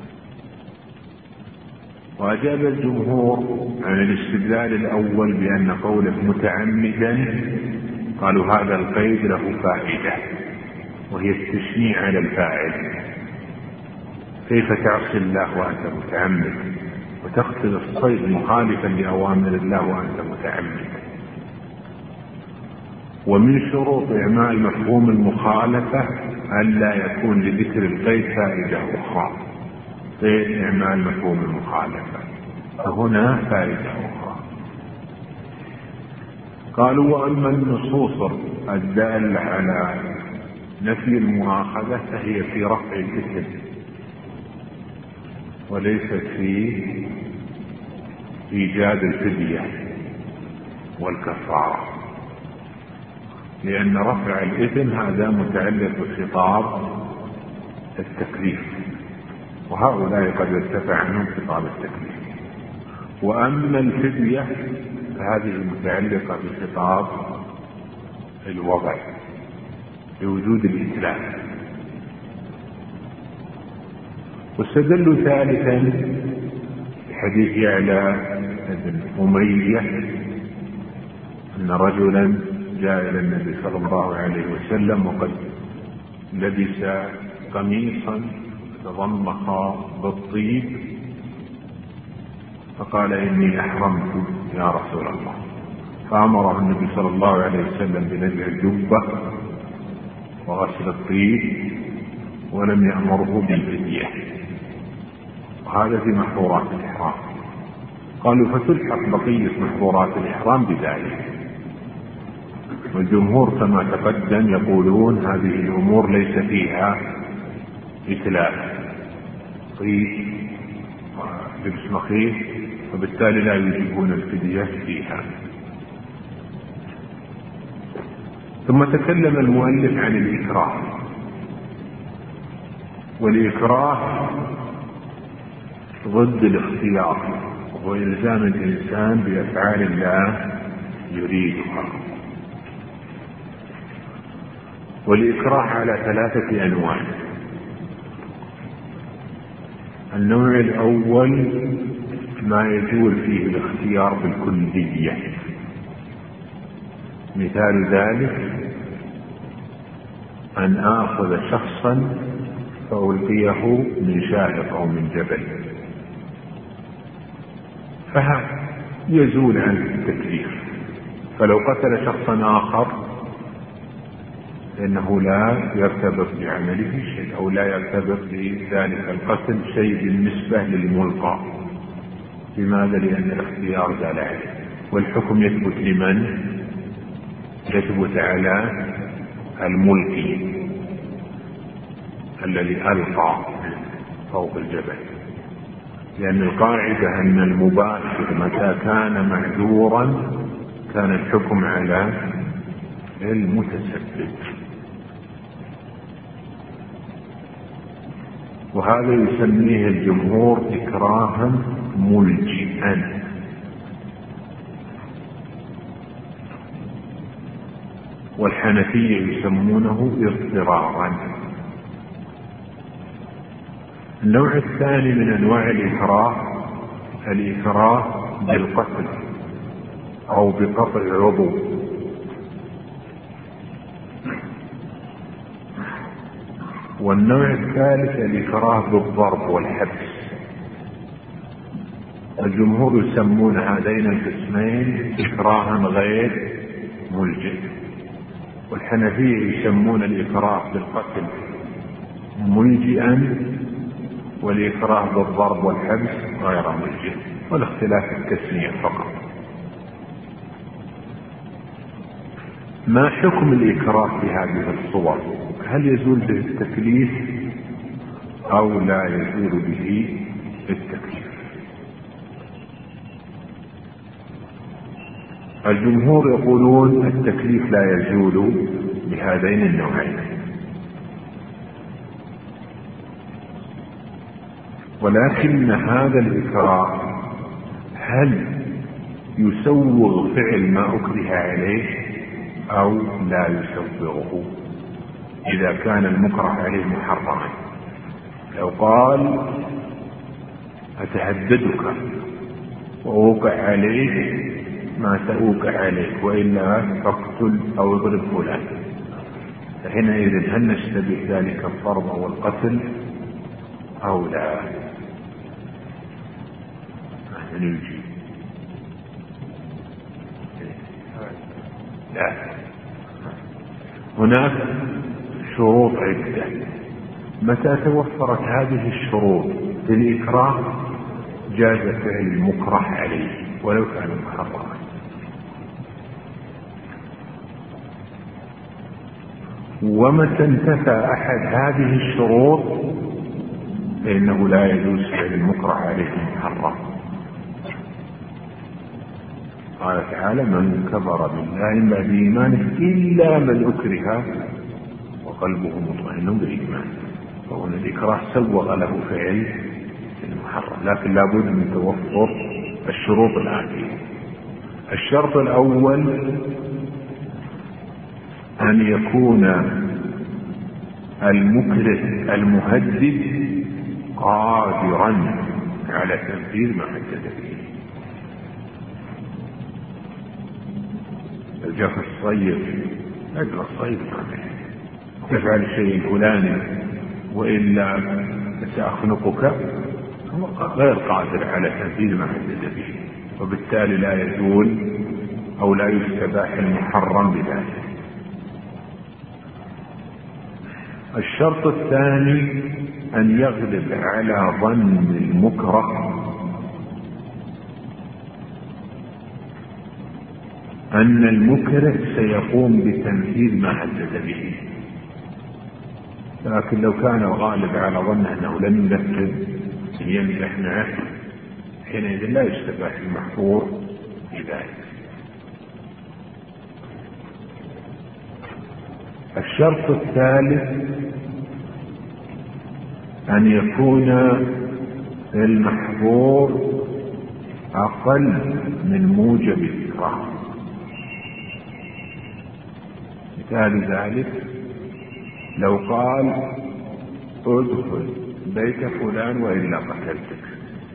وأجاب الجمهور عن الاستدلال الأول بأن قوله متعمدا قالوا هذا القيد له فائدة، وهي التشنيع على الفاعل. كيف تعصي الله وأنت متعمد وتقتل الصيد مخالفا لأوامر الله وأنت متعمد؟ ومن شروط إعمال مفهوم المخالفة ألا يكون لذكر القيد فائدة أخرى غير إعمال مفهوم المخالفة، فهنا فائدة أخرى. قالوا وأما النصوص الدالة على نفي المؤاخذة فهي في رفع الإثم وليست في إيجاد الفدية والكفارة، لأن رفع الإثم هذا متعلق بخطاب التكليف، وهؤلاء قد ارتفع عنهم خطاب التكليف. وأما الفدية فهذه متعلقة بخطاب الوضع بوجود الإتلاف. واستدلوا ثالثا بحديث يعلى بن أمية أن رجلا جاء إلى النبي صلى الله عليه وسلم وقد لبس قميصا تضمخ بالطيب، فقال إني أحرمت يا رسول الله، فأمره النبي صلى الله عليه وسلم بنزع الجبة وغسل الطيب ولم يأمره بالفدية، وهذا في محظورات الإحرام. قالوا فتلحق بقية محظورات الإحرام بذلك. والجمهور كما تقدم يقولون هذه الأمور ليس فيها إتلاف قيد ولبس مخيط، وبالتالي لا يجيبون الفدية فيها. ثم تكلم المؤلف عن الإكراه، والإكراه ضد الاختيار، وهو إلزام الإنسان بأفعال لا يريدها. والإكراه على ثلاثة أنواع. النوع الأول ما يجول فيه الاختيار بالكلية، مثال ذلك أن آخذ شخصا فألقيه من شاهق أو من جبل، فيزول عنه التكليف. فلو قتل شخصا آخر فإنه لا يرتبط بعمله شيء، أو لا يرتبط بذلك القتل شيء بالنسبة للملقى. لماذا؟ لأن الاختيار زال عليه، والحكم يثبت لمن؟ يثبت على الملقي الذي ألقى فوق الجبل، لأن القاعدة أن المباشر متى كان معذورا كان الحكم على المتسبب، وهذا يسميه الجمهور إكراها ملجئا. والحنفية يسمونه اضطرارا. النوع الثاني من أنواع الإكراه الإكراه بالقتل أو بقطع عضو. والنوع الثالث الإكراه بالضرب والحبس. الجمهور يسمون هذين القسمين إكراها غير ملجئ، والحنفية يسمون الإكراه بالقتل ملجئا، والإكراه بالضرب والحبس غير ملجئ، والاختلاف التسمية فقط. ما حكم الإكراه في هذه الصور؟ هل يزول به التكليف أو لا يزول به التكليف؟ الجمهور يقولون التكليف لا يزول بهذين النوعين، ولكن هذا الإكراه هل يسوغ فعل ما أكره عليه أو لا يسوغه؟ إذا كان المكره عليه محرما، لو قال أتهددك وأوقع عليك ما سأوقع عليك وإلا تقتل أو اضرب فلان، فحينئذ هل نشتبه ذلك الضرب أو القتل أو لا؟ نجي لا. هناك شروط عدة، متى توفرت هذه الشروط في الإكراه جاز فعل المكره عليه ولو كان محرما. ومتى انتفى أحد هذه الشروط فإنه لا يجوز فعل المكره عليه محرم. قال تعالى من كفر بالله بعد إيمانه إلا من أكره وقلبه مطمئن بالإيمان، فهنا الإكراه سوغ له فعل المحرم، لكن لابد من توفر الشروط الآتية. الشرط الأول أن يكون المكره المهدد قادرا على تنفيذ ما حدد به. الجاف الصيف أجل الصيف تفعل الشيء الفلاني وإلا سأخنقك، غير قادر على تنفيذ ما حدد به، وبالتالي لا يزول أو لا يستباح المحرم بذلك. الشرط الثاني أن يغلب على ظن المكره أن المكره سيقوم بتنفيذ ما حدد به، لكن لو كان الغالب على ظنه أنه لم ينفذ يمزح معه حينئذ لا يشتبه المحظور بذلك. الشرط الثالث أن يكون المحظور أقل من موجب الإكراه. مثال ذلك لو قال ادخل بيت فلان وإلا قتلتك،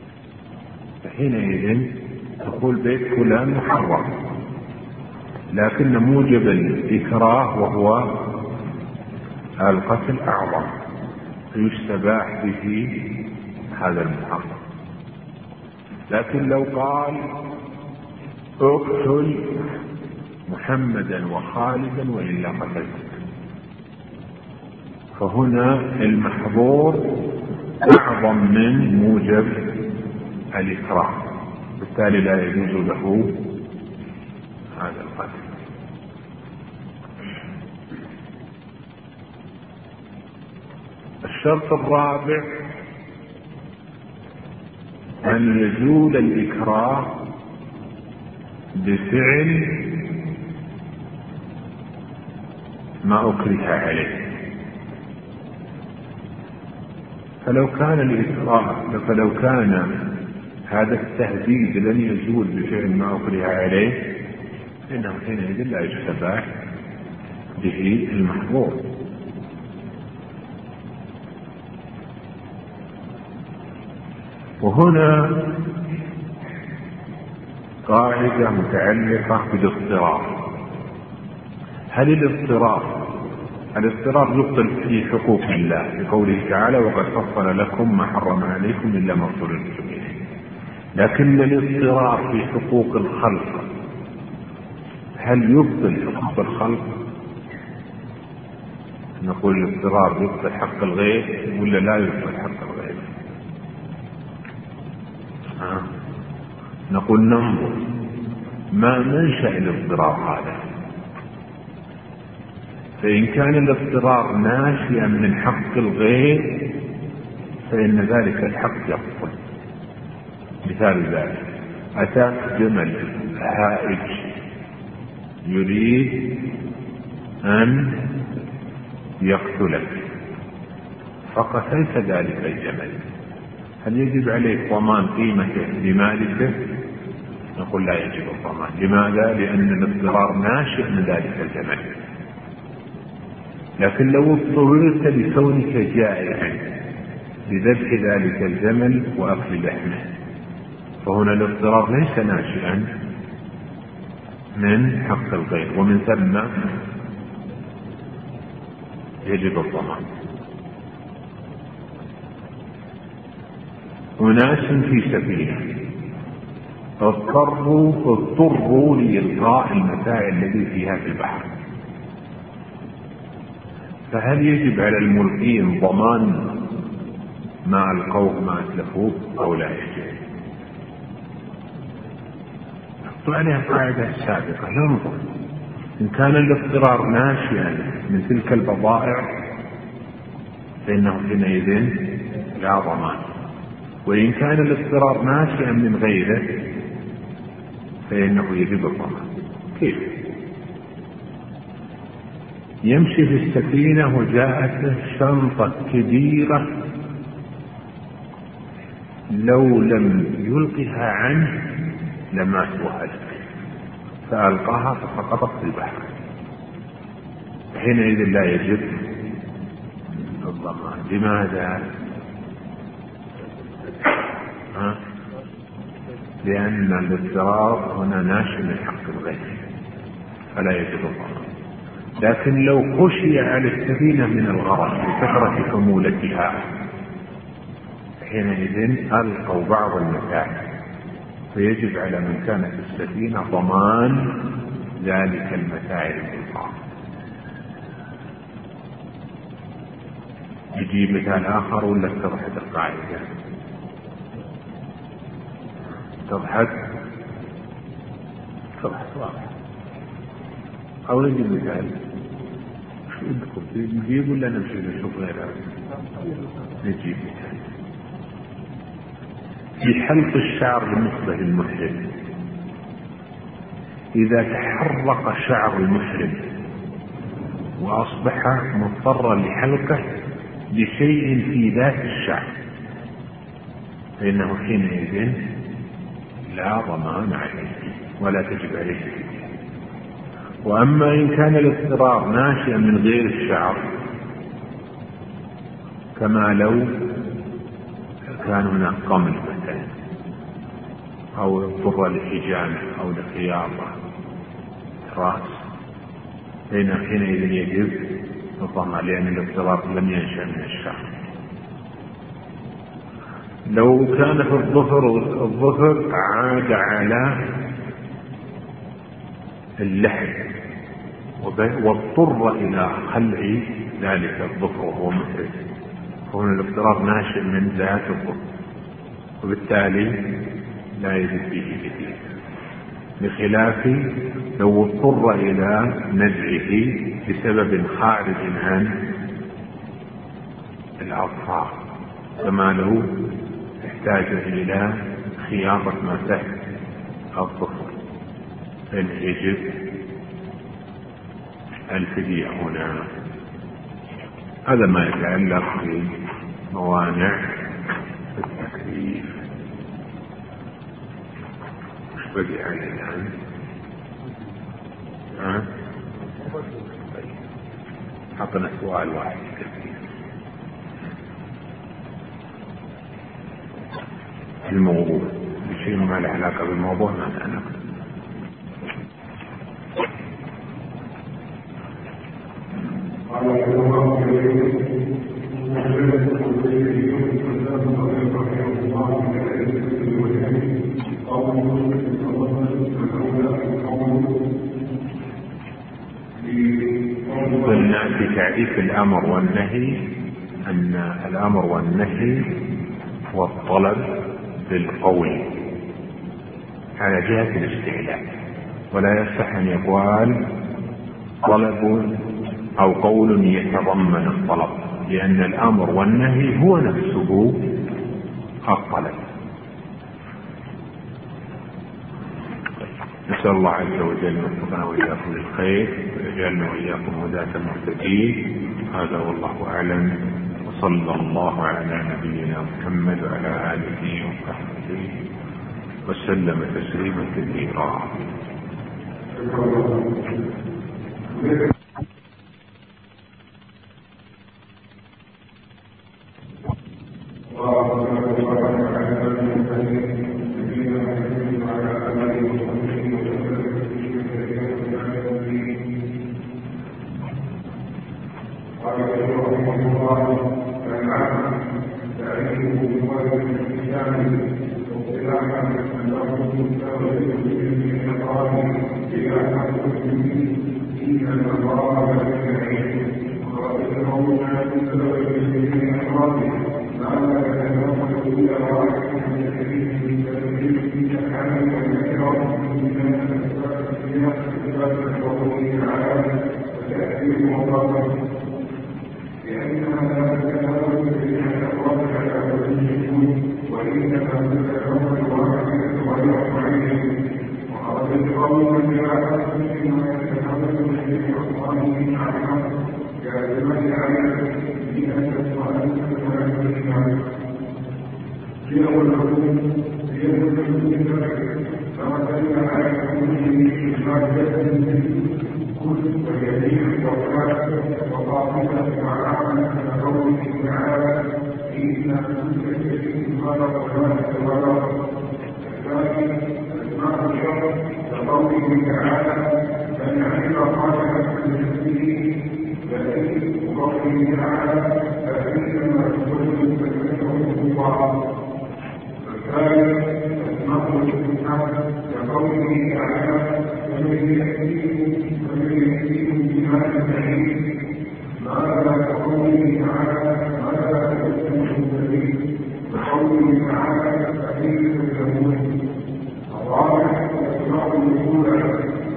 فحينئذ دخول بيت فلان محرم، لكن موجب الإكراه وهو القتل أعظم، فيستباح به هذا المحرم. لكن لو قال اقتل محمدا وخالدا وإلا قتلتك، فهنا المحظور أعظم من موجب الإكراه، بالتالي لا يجوز له هذا القتل. الشرط الرابع أن يزول الإكراه بفعل ما أكره عليه. فلو كان الإكراه فلو كان هذا التهديد لن يزول بفعل ما أكره عليه فإنه حينئذ لا يستباح به المحظور. وهنا قاعدة متعلقة بالاضطرار. هل الاضطرار الاضطرار يبطل في حقوق الله بقوله تعالى وقد فصل لكم ما حرم عليكم إلا ما اضطررتم إليه، لكن الاضطرار في حقوق الخلق هل يبطل حقوق الخلق؟ نقول الاضطرار يبطل حق الغير ولا لا يبطل حق الغير؟ آه. نقول ننظر ما منشأ الاضطرار هذا. فإن كان الاضطرار ناشئا من حق الغير فإن ذلك الحق يبطل. مثال ذلك أتاك جمل هائج يريد أن يقتلك فقتلت ذلك الجمل، هل يجب عليك ضمان قيمته بمالك؟ نقول لا يجب الضمان. لماذا؟ لأن الاضطرار ناشئ من ذلك الجمل. لكن لو اضطررت لكونك جائعا لذبح ذلك الجمل وأكل لحمه فهنا الاضطرار ليس ناشئا من حق الغير، ومن ثم يجب الضمان. أناس في سفينة اضطروا اضطروا لإلقاء المتاع الذي فيها في البحر، فهل يجب على الملقين ضمان ما ألقوه ما أتلفوه أو لا يجب؟ نحط عليها قاعدة سابقة. ننظر إن كان الاضطرار ناشئا من تلك البضائع فإنه حينئذ لا ضمان، وإن كان الاضطرار ناشئا من غيره فإنه يجب الضمان. كيف؟ يمشي في السفينة وجاءته شنطة كبيرة لو لم يلقها عنه لمات وهلك، فألقاها فسقطت في البحر، حينئذ لا يجب الضمان. لماذا؟ ها؟ لأن الاضطرار هنا ناشئ من حق الغير فلا يجب الضمان. لكن لو خشي على السفينة من الغرق بكثرة حمولتها حينئذ ألقوا بعض المتاع، فيجب على من كان في السفينة ضمان ذلك المتاع الملقى. يجي مثال آخر ولا اتضحت القاعدة؟ اتضحت اتضحت واضح. أو نجي مثال نجيب ولا نمشي نشوف غيرها؟ نجيب. في حلق الشعر بالنسبة للمحرم، إذا تحرق شعر المحرم وأصبح مضطرا لحلقه بشيء في ذات الشعر فإنه حينئذ لا ضمان عليه ولا تجب عليه. وأما إن كان الاضطرار ناشئا من غير الشعر، كما لو كان هناك قمل مثلا أو اضطر لحجامه أو لخياطة رأس، فإنه حينئذ يجب الضمان لأن الاضطرار لم ينشأ من الشعر. لو كان في الظفر الظفر عاد على اللحم واضطر إلى خلع ذلك الظفر وهو محرم، فهنا الاضطرار ناشئ من ذات الظفر وبالتالي لا يجب فيه كثير، بخلاف لو اضطر إلى نزعه بسبب خارج عن الأظفار، كما لو احتاج إلى خياطة ما تحت الظفر، فإن يجب الفدية هنا. هذا ما يتعلق بموانع التكليف. مش بقي عليه الآن؟ ها؟ حطنا سؤال واحد الموضوع بشيء ما له علاقة بالموضوع ما له علاقة. قلنا في تعريف الأمر والنهي أن الأمر والنهي هو الطلب بالقول على جهة الاستعلاء، ولا يصح أن يقال طلب أو قول يتضمن الطلب، لأن الأمر والنهي هو نفسه الطلب. نسأل الله عز وجل أن يوفقنا وإياكم للخير ويجعلنا وإياكم هداة مهتدين. هذا والله أعلم، وصلى الله على نبينا محمد وعلى آله وصحبه وسلم تسليما كثيرا.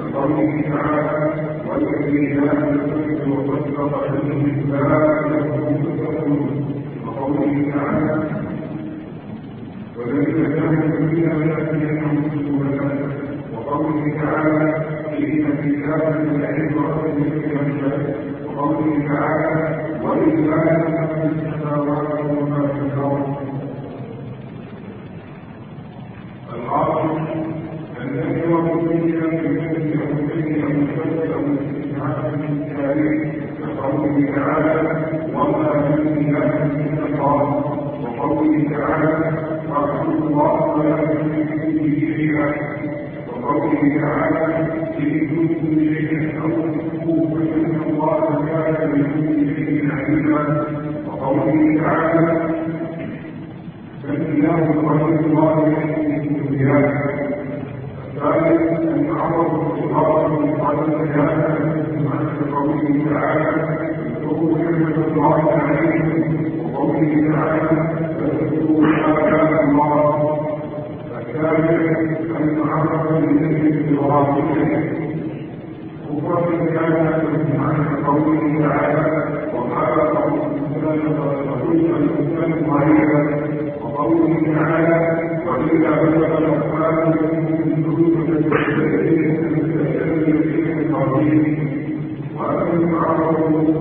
كقوله تعالى والذين آمنوا وصدق عليهم أولئك هم المتقون وقوله تعالى والذين جاهدوا فينا لنهدينهم سبلنا وقوله تعالى إن في ذلك لعبرة لأولي الألباب وقوله تعالى ولله ما في السماوات وما في الأرض. العاصم الذي يوصينا بمثل يومين المشتت او الاستشعار من التاريخ كقوله تعالى وما من اله الا الله وقوله تعالى واعبدوا الله ولا تشركوا به شيئا وقوله تعالى ان كنتم شيئا او تخفوه فان الله كان بكل شيء عليما وقوله تعالى بل اله غير الله يحيي الدنيا. الثالث أن يعرض الصراط من قبل هذا معنى قوله تعالى اذكروا نعمة الله عليكم وقوله تعالى فاذكروا آلاء الله. الثالث أن يعرض لذكر إبراهيم وقوله تعالى معنى قوله تعالى وخلق الإنسان وخلق الإنسان ضعيفا وقوله تعالى وإذا بلغ الأطفال منكم الحلم وأن يعرضوا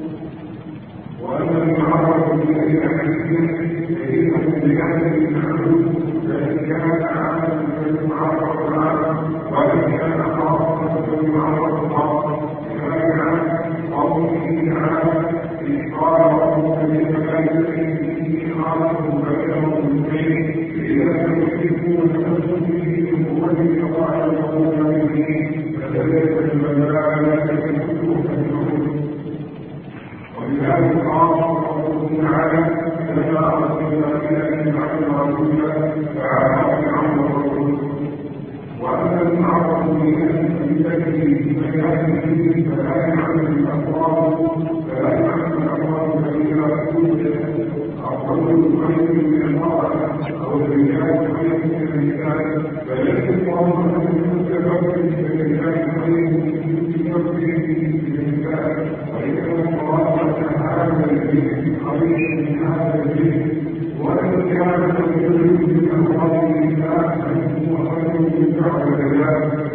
وأن يعرضوا بأي أحدهم فإنهم بأهل المعروف فإن كان عاما فليعرض عاما وإن كان خاصا فليعرض خاصا كما قوله تعالى إذ قال ربك للملائكة إني خالق بشرا من طين إذا تشركون فأنتم وجه قال يقول به فسجدت الملائكة كلهم أجمعون. ولذلك قال ربه تعالى فما أرسلنا إلى بعد رسولا فعلى عن الرسول وأما المعرض من بذكره من يهده فلا يعمل الأقوال فلا يعمل الأقوال فإذا كنت الرجل خير من المرأة أو الرجال خير من النساء فليس الله من متفكر فالرجال خير من متفكر في النساء وإنما الله تعالى الذي خير من هذا الجنس وإن كان الرجل من أمراض النساء فهو خير من بعض الرجال.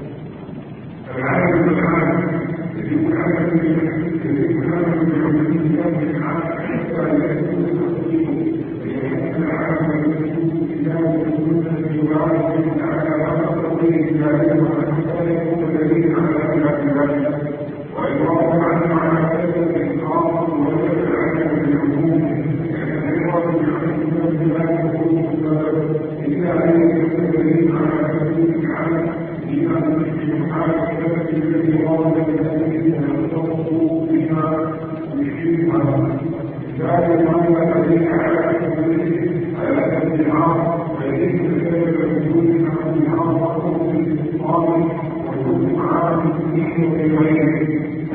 العالم العالم يجب أن يجب أن يكون العالم حتى يكون التصديق لأن العالم يكون كتاب السنة يبارك تعالى على تطبيق ذلك وحتى يكون دليل على ذلك وإضافة عنه على سبب الإنصاف وليس العالم بالعموم لأن العبرة بالعموم لا يكون السبب إلا أن يكون دليل على سبيل العالم لما يمكن حال السبب الذي قال الذي يتصفوا بما يشيرها ذلك ما الذي على على الانتحار فليس سبب وجود الانتحار وقوم الاستقامه وجود عام الدين وغيره.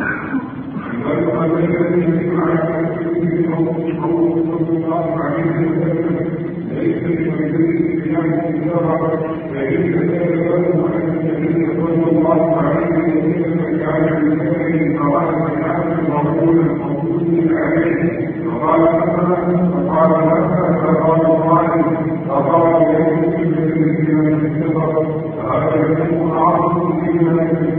ويقال الذي على سبيل قول صلى الله عليه وسلم ليس بمجلس الاسلام الزرع فليس سبب النبي صلى الله عليه وسلم كان بسبب قواعد العالم مرغولا مقصود عليه فقال مثلا فقال مثلا فقال الظالم فقال يجوز بالذي من السبب فهذا يكون اعظم فيما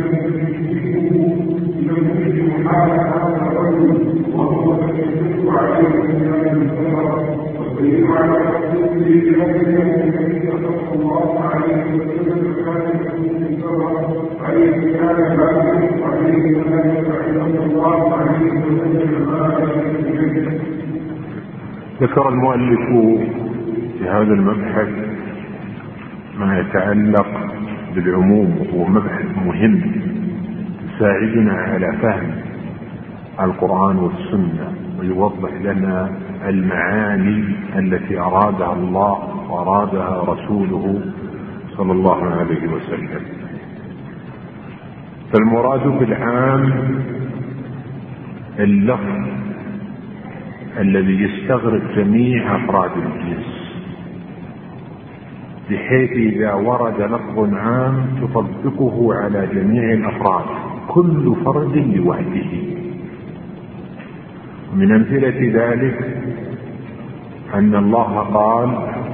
يجوز يجوز حال هذا الرجل وهو يجوز عليه من السبب والدليل على تقديره لذلك النبي صلى الله عليه وسلم كان يكون السبب حيث كان ذلك عليه ذلك صلى الله عليه وسلم ما يجوز. ذكر المؤلف في هذا المبحث ما يتعلق بالعموم وهو مبحث مهم يساعدنا على فهم القرآن والسنة ويوضح لنا المعاني التي أرادها الله وأرادها رسوله صلى الله عليه وسلم. فالمراد بالعام اللفظ الذي يستغرق جميع أفراد الجنس بحيث إذا ورد لفظ عام تطبقه على جميع الأفراد كل فرد لوحده. من أمثلة ذلك أن الله قال: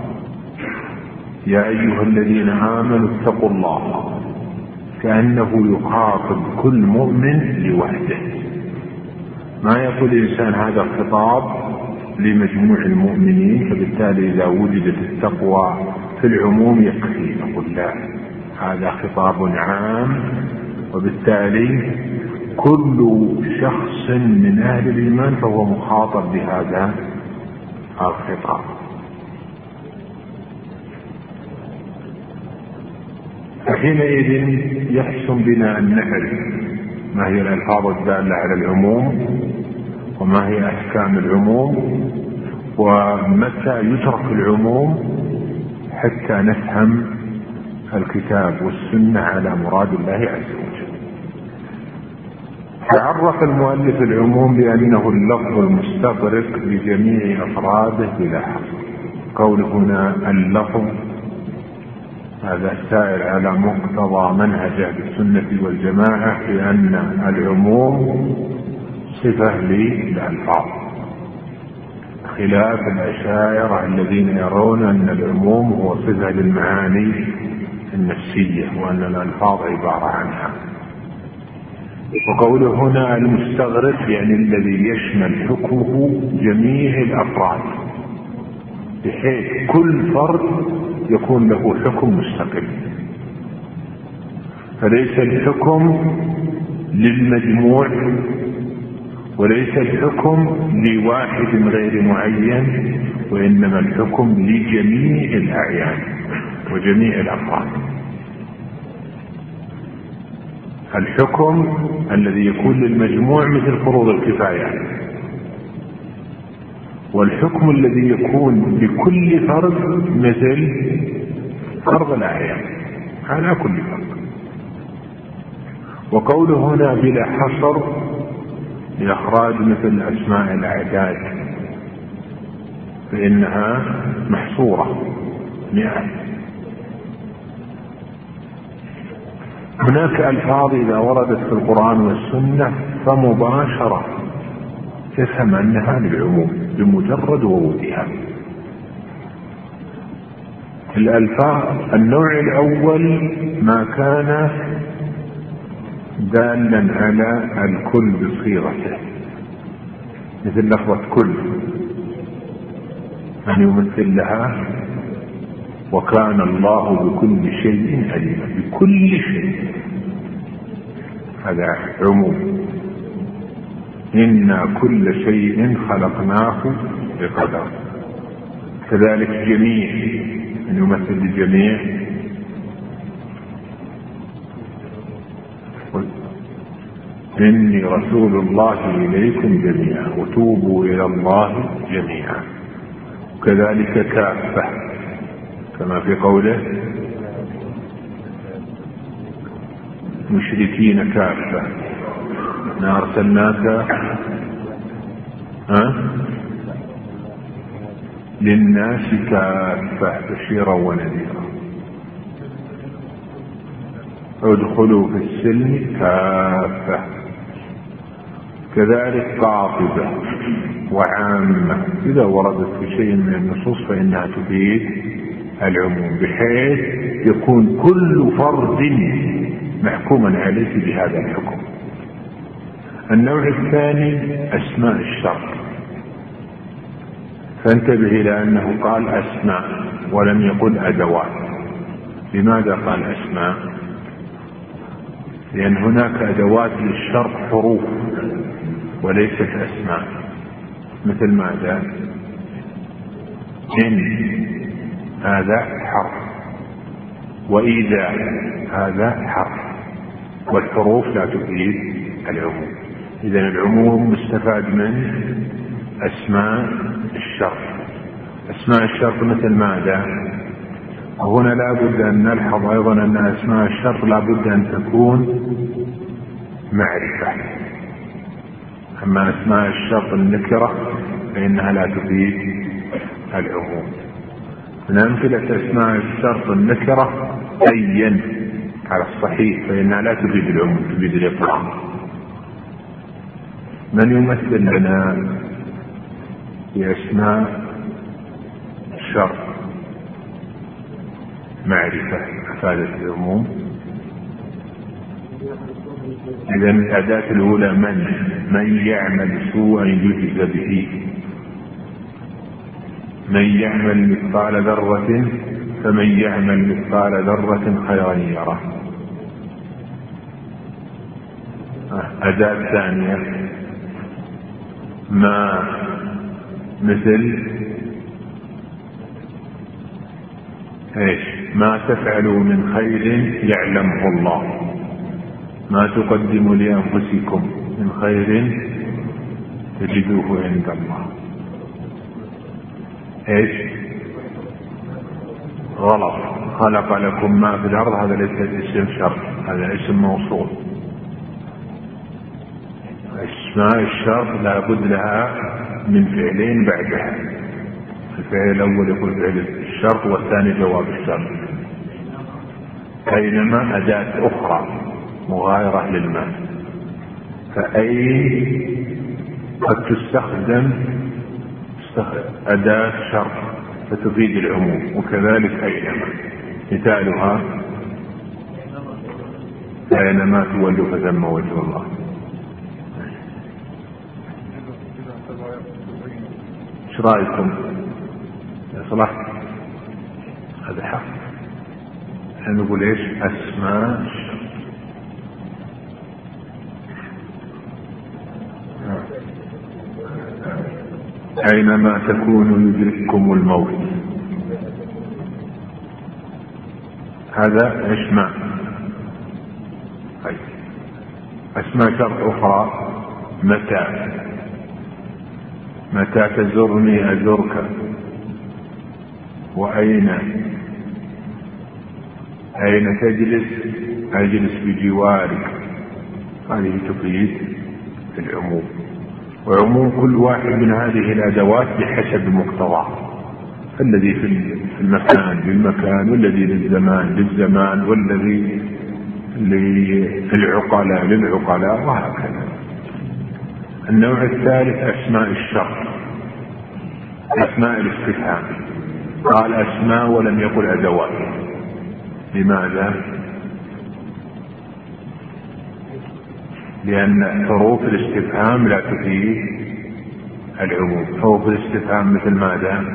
يا أيها الذين آمنوا اتقوا الله، كأنه يخاطب كل مؤمن لوحده. ما يقول الإنسان هذا الخطاب لمجموع المؤمنين، فبالتالي إذا وجدت التقوى في العموم يكفي. نقول لا، هذا خطاب عام، وبالتالي كل شخص من أهل الإيمان فهو مخاطب بهذا الخطاب. فحينئذ يحسن بنا أن نعرف ما هي الألفاظ الدالة على العموم، وما هي أحكام العموم، ومتى يترك العموم، حتى نفهم الكتاب والسنة على مراد الله عز وجل. تعرف المؤلف العموم بأنه اللفظ المستغرق لجميع أفراده بلا حصر. قول هنا اللفظ هذا سائر على مقتضى منهج أهل السنة والجماعة بأن العموم صفة للألفاظ، خلاف الأشاعرة الذين يرون أن العموم هو صفة للمعاني النفسية، وأن الألفاظ عبارة عنها. وقوله هنا المستغرق يعني الذي يشمل حكمه جميع الأفراد، بحيث كل فرد يكون له حكم مستقل، فليس الحكم للمجموع، وليس الحكم لواحد غير معين، وإنما الحكم لجميع الأعيان وجميع الأفراد. الحكم الذي يكون للمجموع مثل فروض الكفاية، والحكم الذي يكون لكل فرد مثل فرض الأعيان على كل فرد. وقوله هنا بلا حصر لإخراج مثل أسماء الأعداد، فإنها محصورة مئة. هناك ألفاظ إذا وردت في القرآن والسنة فمباشرة تفهم أنها للعموم بمجرد ورودها. الألفاظ النوع الأول ما كان دالا على الكل بصيغته، مثل لفظة كل أن يمثل لها وكان الله بكل شيء عليما، بكل شيء، هذا عموم. إنا كل شيء خلقناه بقدر. كذلك جميع أن يمثل الجميع، إني رسول الله إليكم جميعا وتوبوا إلى الله جميعا. كذلك كافة كما في قوله مشركين كافة ما أرسلناك ها للناس كافة بشيرا ونذيرا. ادخلوا في السلم كافة. كذلك قاطبة وعامة إذا وردت في شيء من النصوص فإنها تفيد العموم، بحيث يكون كل فرد محكوما عليه بهذا الحكم. النوع الثاني أسماء الشرط، فانتبه إلى أنه قال أسماء ولم يقل أدوات. لماذا قال أسماء؟ لأن هناك أدوات للشرط حروف وليست أسماء، مثل ماذا؟ إن هذا حرف، وإذا هذا حرف، والحروف لا تفيد العموم. إذن العموم مستفاد من أسماء الشرط. أسماء الشرط مثل ماذا؟ وهنا لا بد أن نلحظ أيضا أن أسماء الشرط لا بد أن تكون معرفة، أما أسماء الشرط النكرة فإنها لا تفيد العموم. من أمثلة أسماء الشرط النكرة أيا على الصحيح فإنها لا تفيد العموم تفيد الإطلاق. من يمثل لنا بأسماء الشرط معرفة أفادت العموم؟ إذن الأداة الأولى من من يعمل سوءا يجزى به، من يعمل مثقال ذرة فمن يعمل مثقال ذرة خيرا يره. أداة ثانية ما مثل ايش؟ ما تفعلوا من خير يعلمه الله، ما تقدموا لأنفسكم من خير تجدوه عند الله. ايش؟ غلط. خلق لكم ما في الأرض، هذا ليس اسم شرط، هذا اسم موصول. اسماء الشرط لا بد لها من فعلين بعدها، الفعل الأول يقول فعل الشرط والثاني جواب الشرط. بينما أداة أخرى مغايرة للمال، فأي قد تستخدم أداة شرط فتفيد العموم، وكذلك أينما. مثالها أينما تولوا فثم وجه الله. ايش رايكم يا صلاح؟ هذا حق. احنا نقول ايش؟ اسماء اينما تكونوا يدرككم الموت. هذا اسماء. طيب اسماء شرط اخرى متى، متى تزرني أزرك، وأين أين تجلس أجلس بجوارك. هذه تفيد العموم، وعموم كل واحد من هذه الأدوات بحسب مقتضاه، الذي في المكان للمكان، والذي للزمان للزمان، والذي للعقلاء للعقلاء، وهكذا. النوع الثالث أسماء الشرط، أسماء الاستفهام. قال أسماء ولم يقل أدوات. لماذا؟ لأن حروف الاستفهام لا تفيد العموم. حروف الاستفهام مثل ماذا؟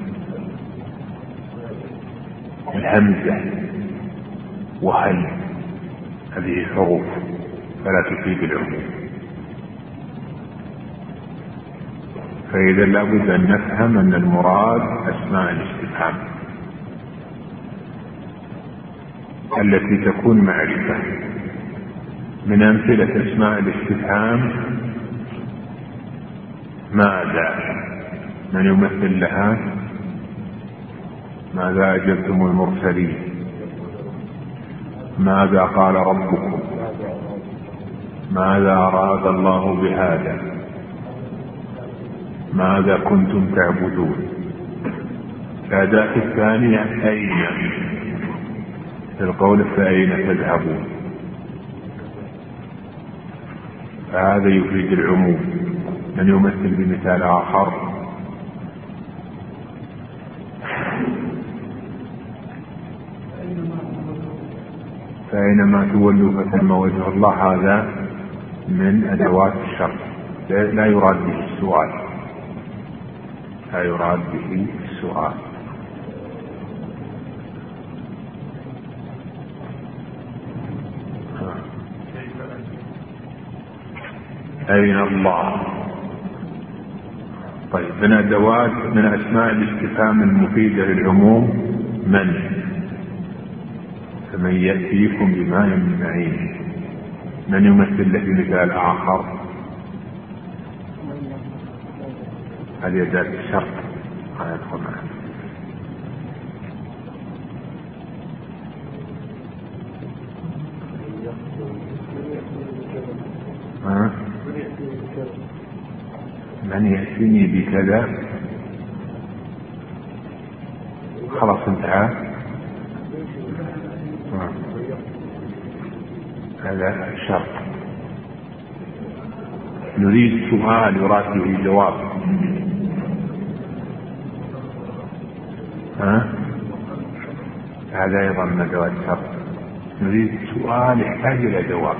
الهمزة وهل، هذه حروف فلا تفيد العموم. فإذا لابد أن نفهم أن المراد أسماء الاستفهام التي تكون معرفة. من أمثلة أسماء الاستفهام ماذا، من يمثل لها؟ ماذا أجبتم المرسلين، ماذا قال ربكم، ماذا أراد الله بهذا، ماذا كنتم تعبدون. الأداة الثانية أين، في القول فأين تذهبون، فهذا يفيد العموم. من يمثل بمثال آخر؟ فأينما تولوا فثم وجه الله، هذا من أدوات الشرط، لا يراد به السؤال، لا يراد به السؤال. أين الله. طيب من أدوات من أسماء الاستفهام المفيدة للعموم من، فمن يأتيكم بماء من معين. من يمثل له مثال آخر؟ هذه أداة الشرط، هذا يدخل معنا. ها؟ من يأتيني بكذا، خلاص انتهى. هذا شرط. نريد سؤال يراد به جواب. ها؟ هذا أيضا من أدوات الشرط. نريد سؤال يحتاج إلى جواب.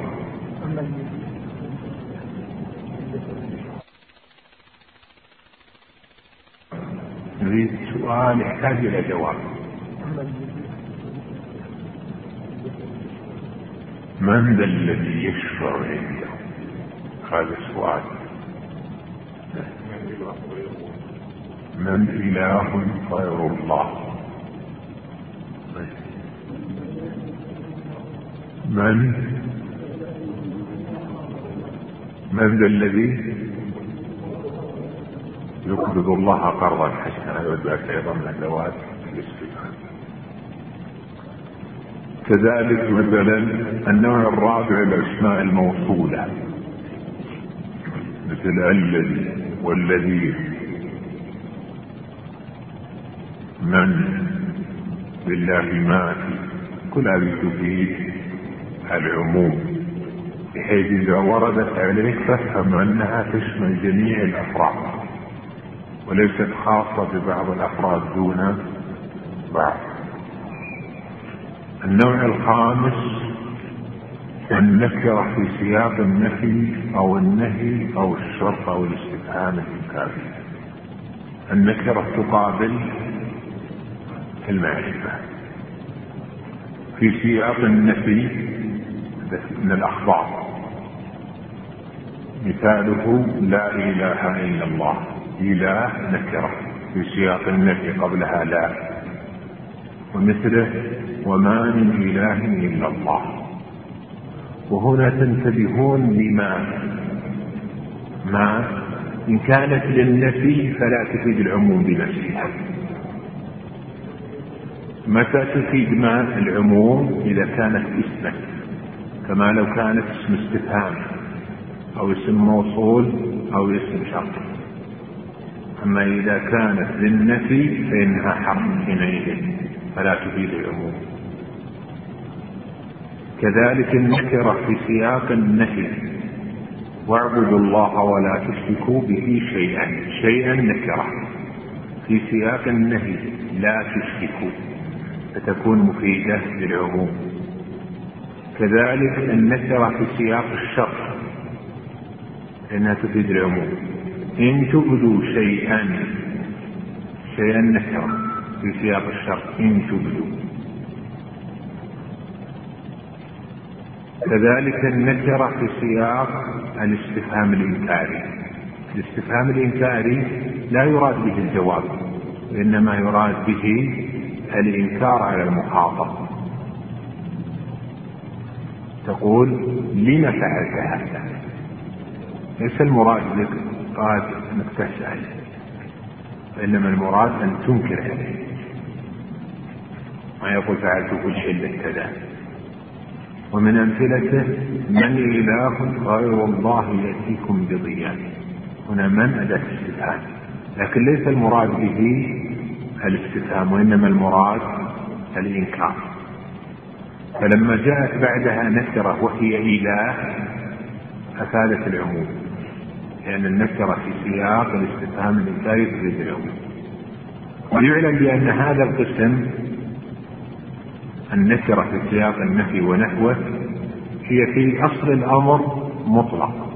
نريد سؤال يحتاج إلى جواب. من ذا الذي يشفع عنده؟ هذا السؤال. من إله غير الله؟ من من ذا الذي يقرض الله قرضا حسنا؟ وذلك أيضا من أدوات الاستفهام. كذلك مثلا النوع الرابع الأسماء الموصولة مثل الذي والذي. من لله ما في، كل هذه تفيد العموم، بحيث إذا وردت عليك فافهم أنها تشمل جميع الأفراد وليست خاصة ببعض الأفراد دون بعض. النوع الخامس النكرة في سياق النفي أو النهي أو الشرط أو الاستفهام الإنكاري. النكرة تقابل المعرفة. في سياق النفي من الأخبار مثاله لا إله إلا الله. إله نكرة في سياق النفي قبلها لا. ومثله وما من إله إلا الله. وهنا تنتبهون لما ما إن كانت للنفي فلا تفيد العموم بنفسها. متى تفيد ما العموم؟ إذا كانت اسما، كما لو كانت اسم استفهام أو اسم موصول أو اسم شرط. أما إذا كانت للنفي فإنها حرف حينئذ فلا تفيد العموم. كذلك النكرة في سياق النهي واعبدوا الله ولا تشركوا به شيئا. شيئا نكرة في سياق النهي لا تشركوا فتكون مفيدة للعموم. كذلك النكرة في سياق الشرط إنها تفيد العموم. إن تبدوا شيئا. شيئا نكرة في سياق الشرط إن تبدوا. كذلك النكرة في سياق الاستفهام الإنكاري. الاستفهام الإنكاري لا يراد به الجواب، وإنما يراد به الإنكار على المخاطب. تقول لم فعلت هذا؟ ليس المراد لك قال انك تسأل، وإنما المراد أن تنكر عليه. ما يقول فعلته لعلة كذا. ومن أمثلته من إله غير الله يأتيكم بضياء. هنا من أداة استفهام، لكن ليس المراد به الاستفهام، وإنما المراد الإنكار. فلما جاءت بعدها نكرة وهي إله أفادت العموم، لأن النكرة في سياق الاستفهام الإنكاري تفيد العموم. ويعلم بأن هذا القسم النكرة في سياق النفي ونحوه هي في أصل الأمر مطلق،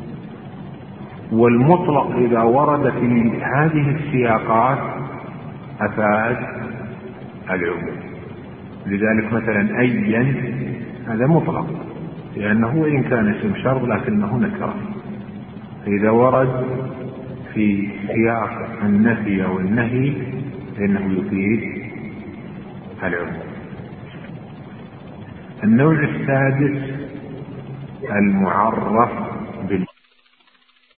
والمطلق إذا ورد في هذه السياقات أفاد العموم. لذلك مثلا أيا هذا مطلق لأنه إن كان اسم شرط لكنه نكرة، فإذا ورد في سياق النفي أو النهي فإنه يفيد العموم. النوع السادس المعرف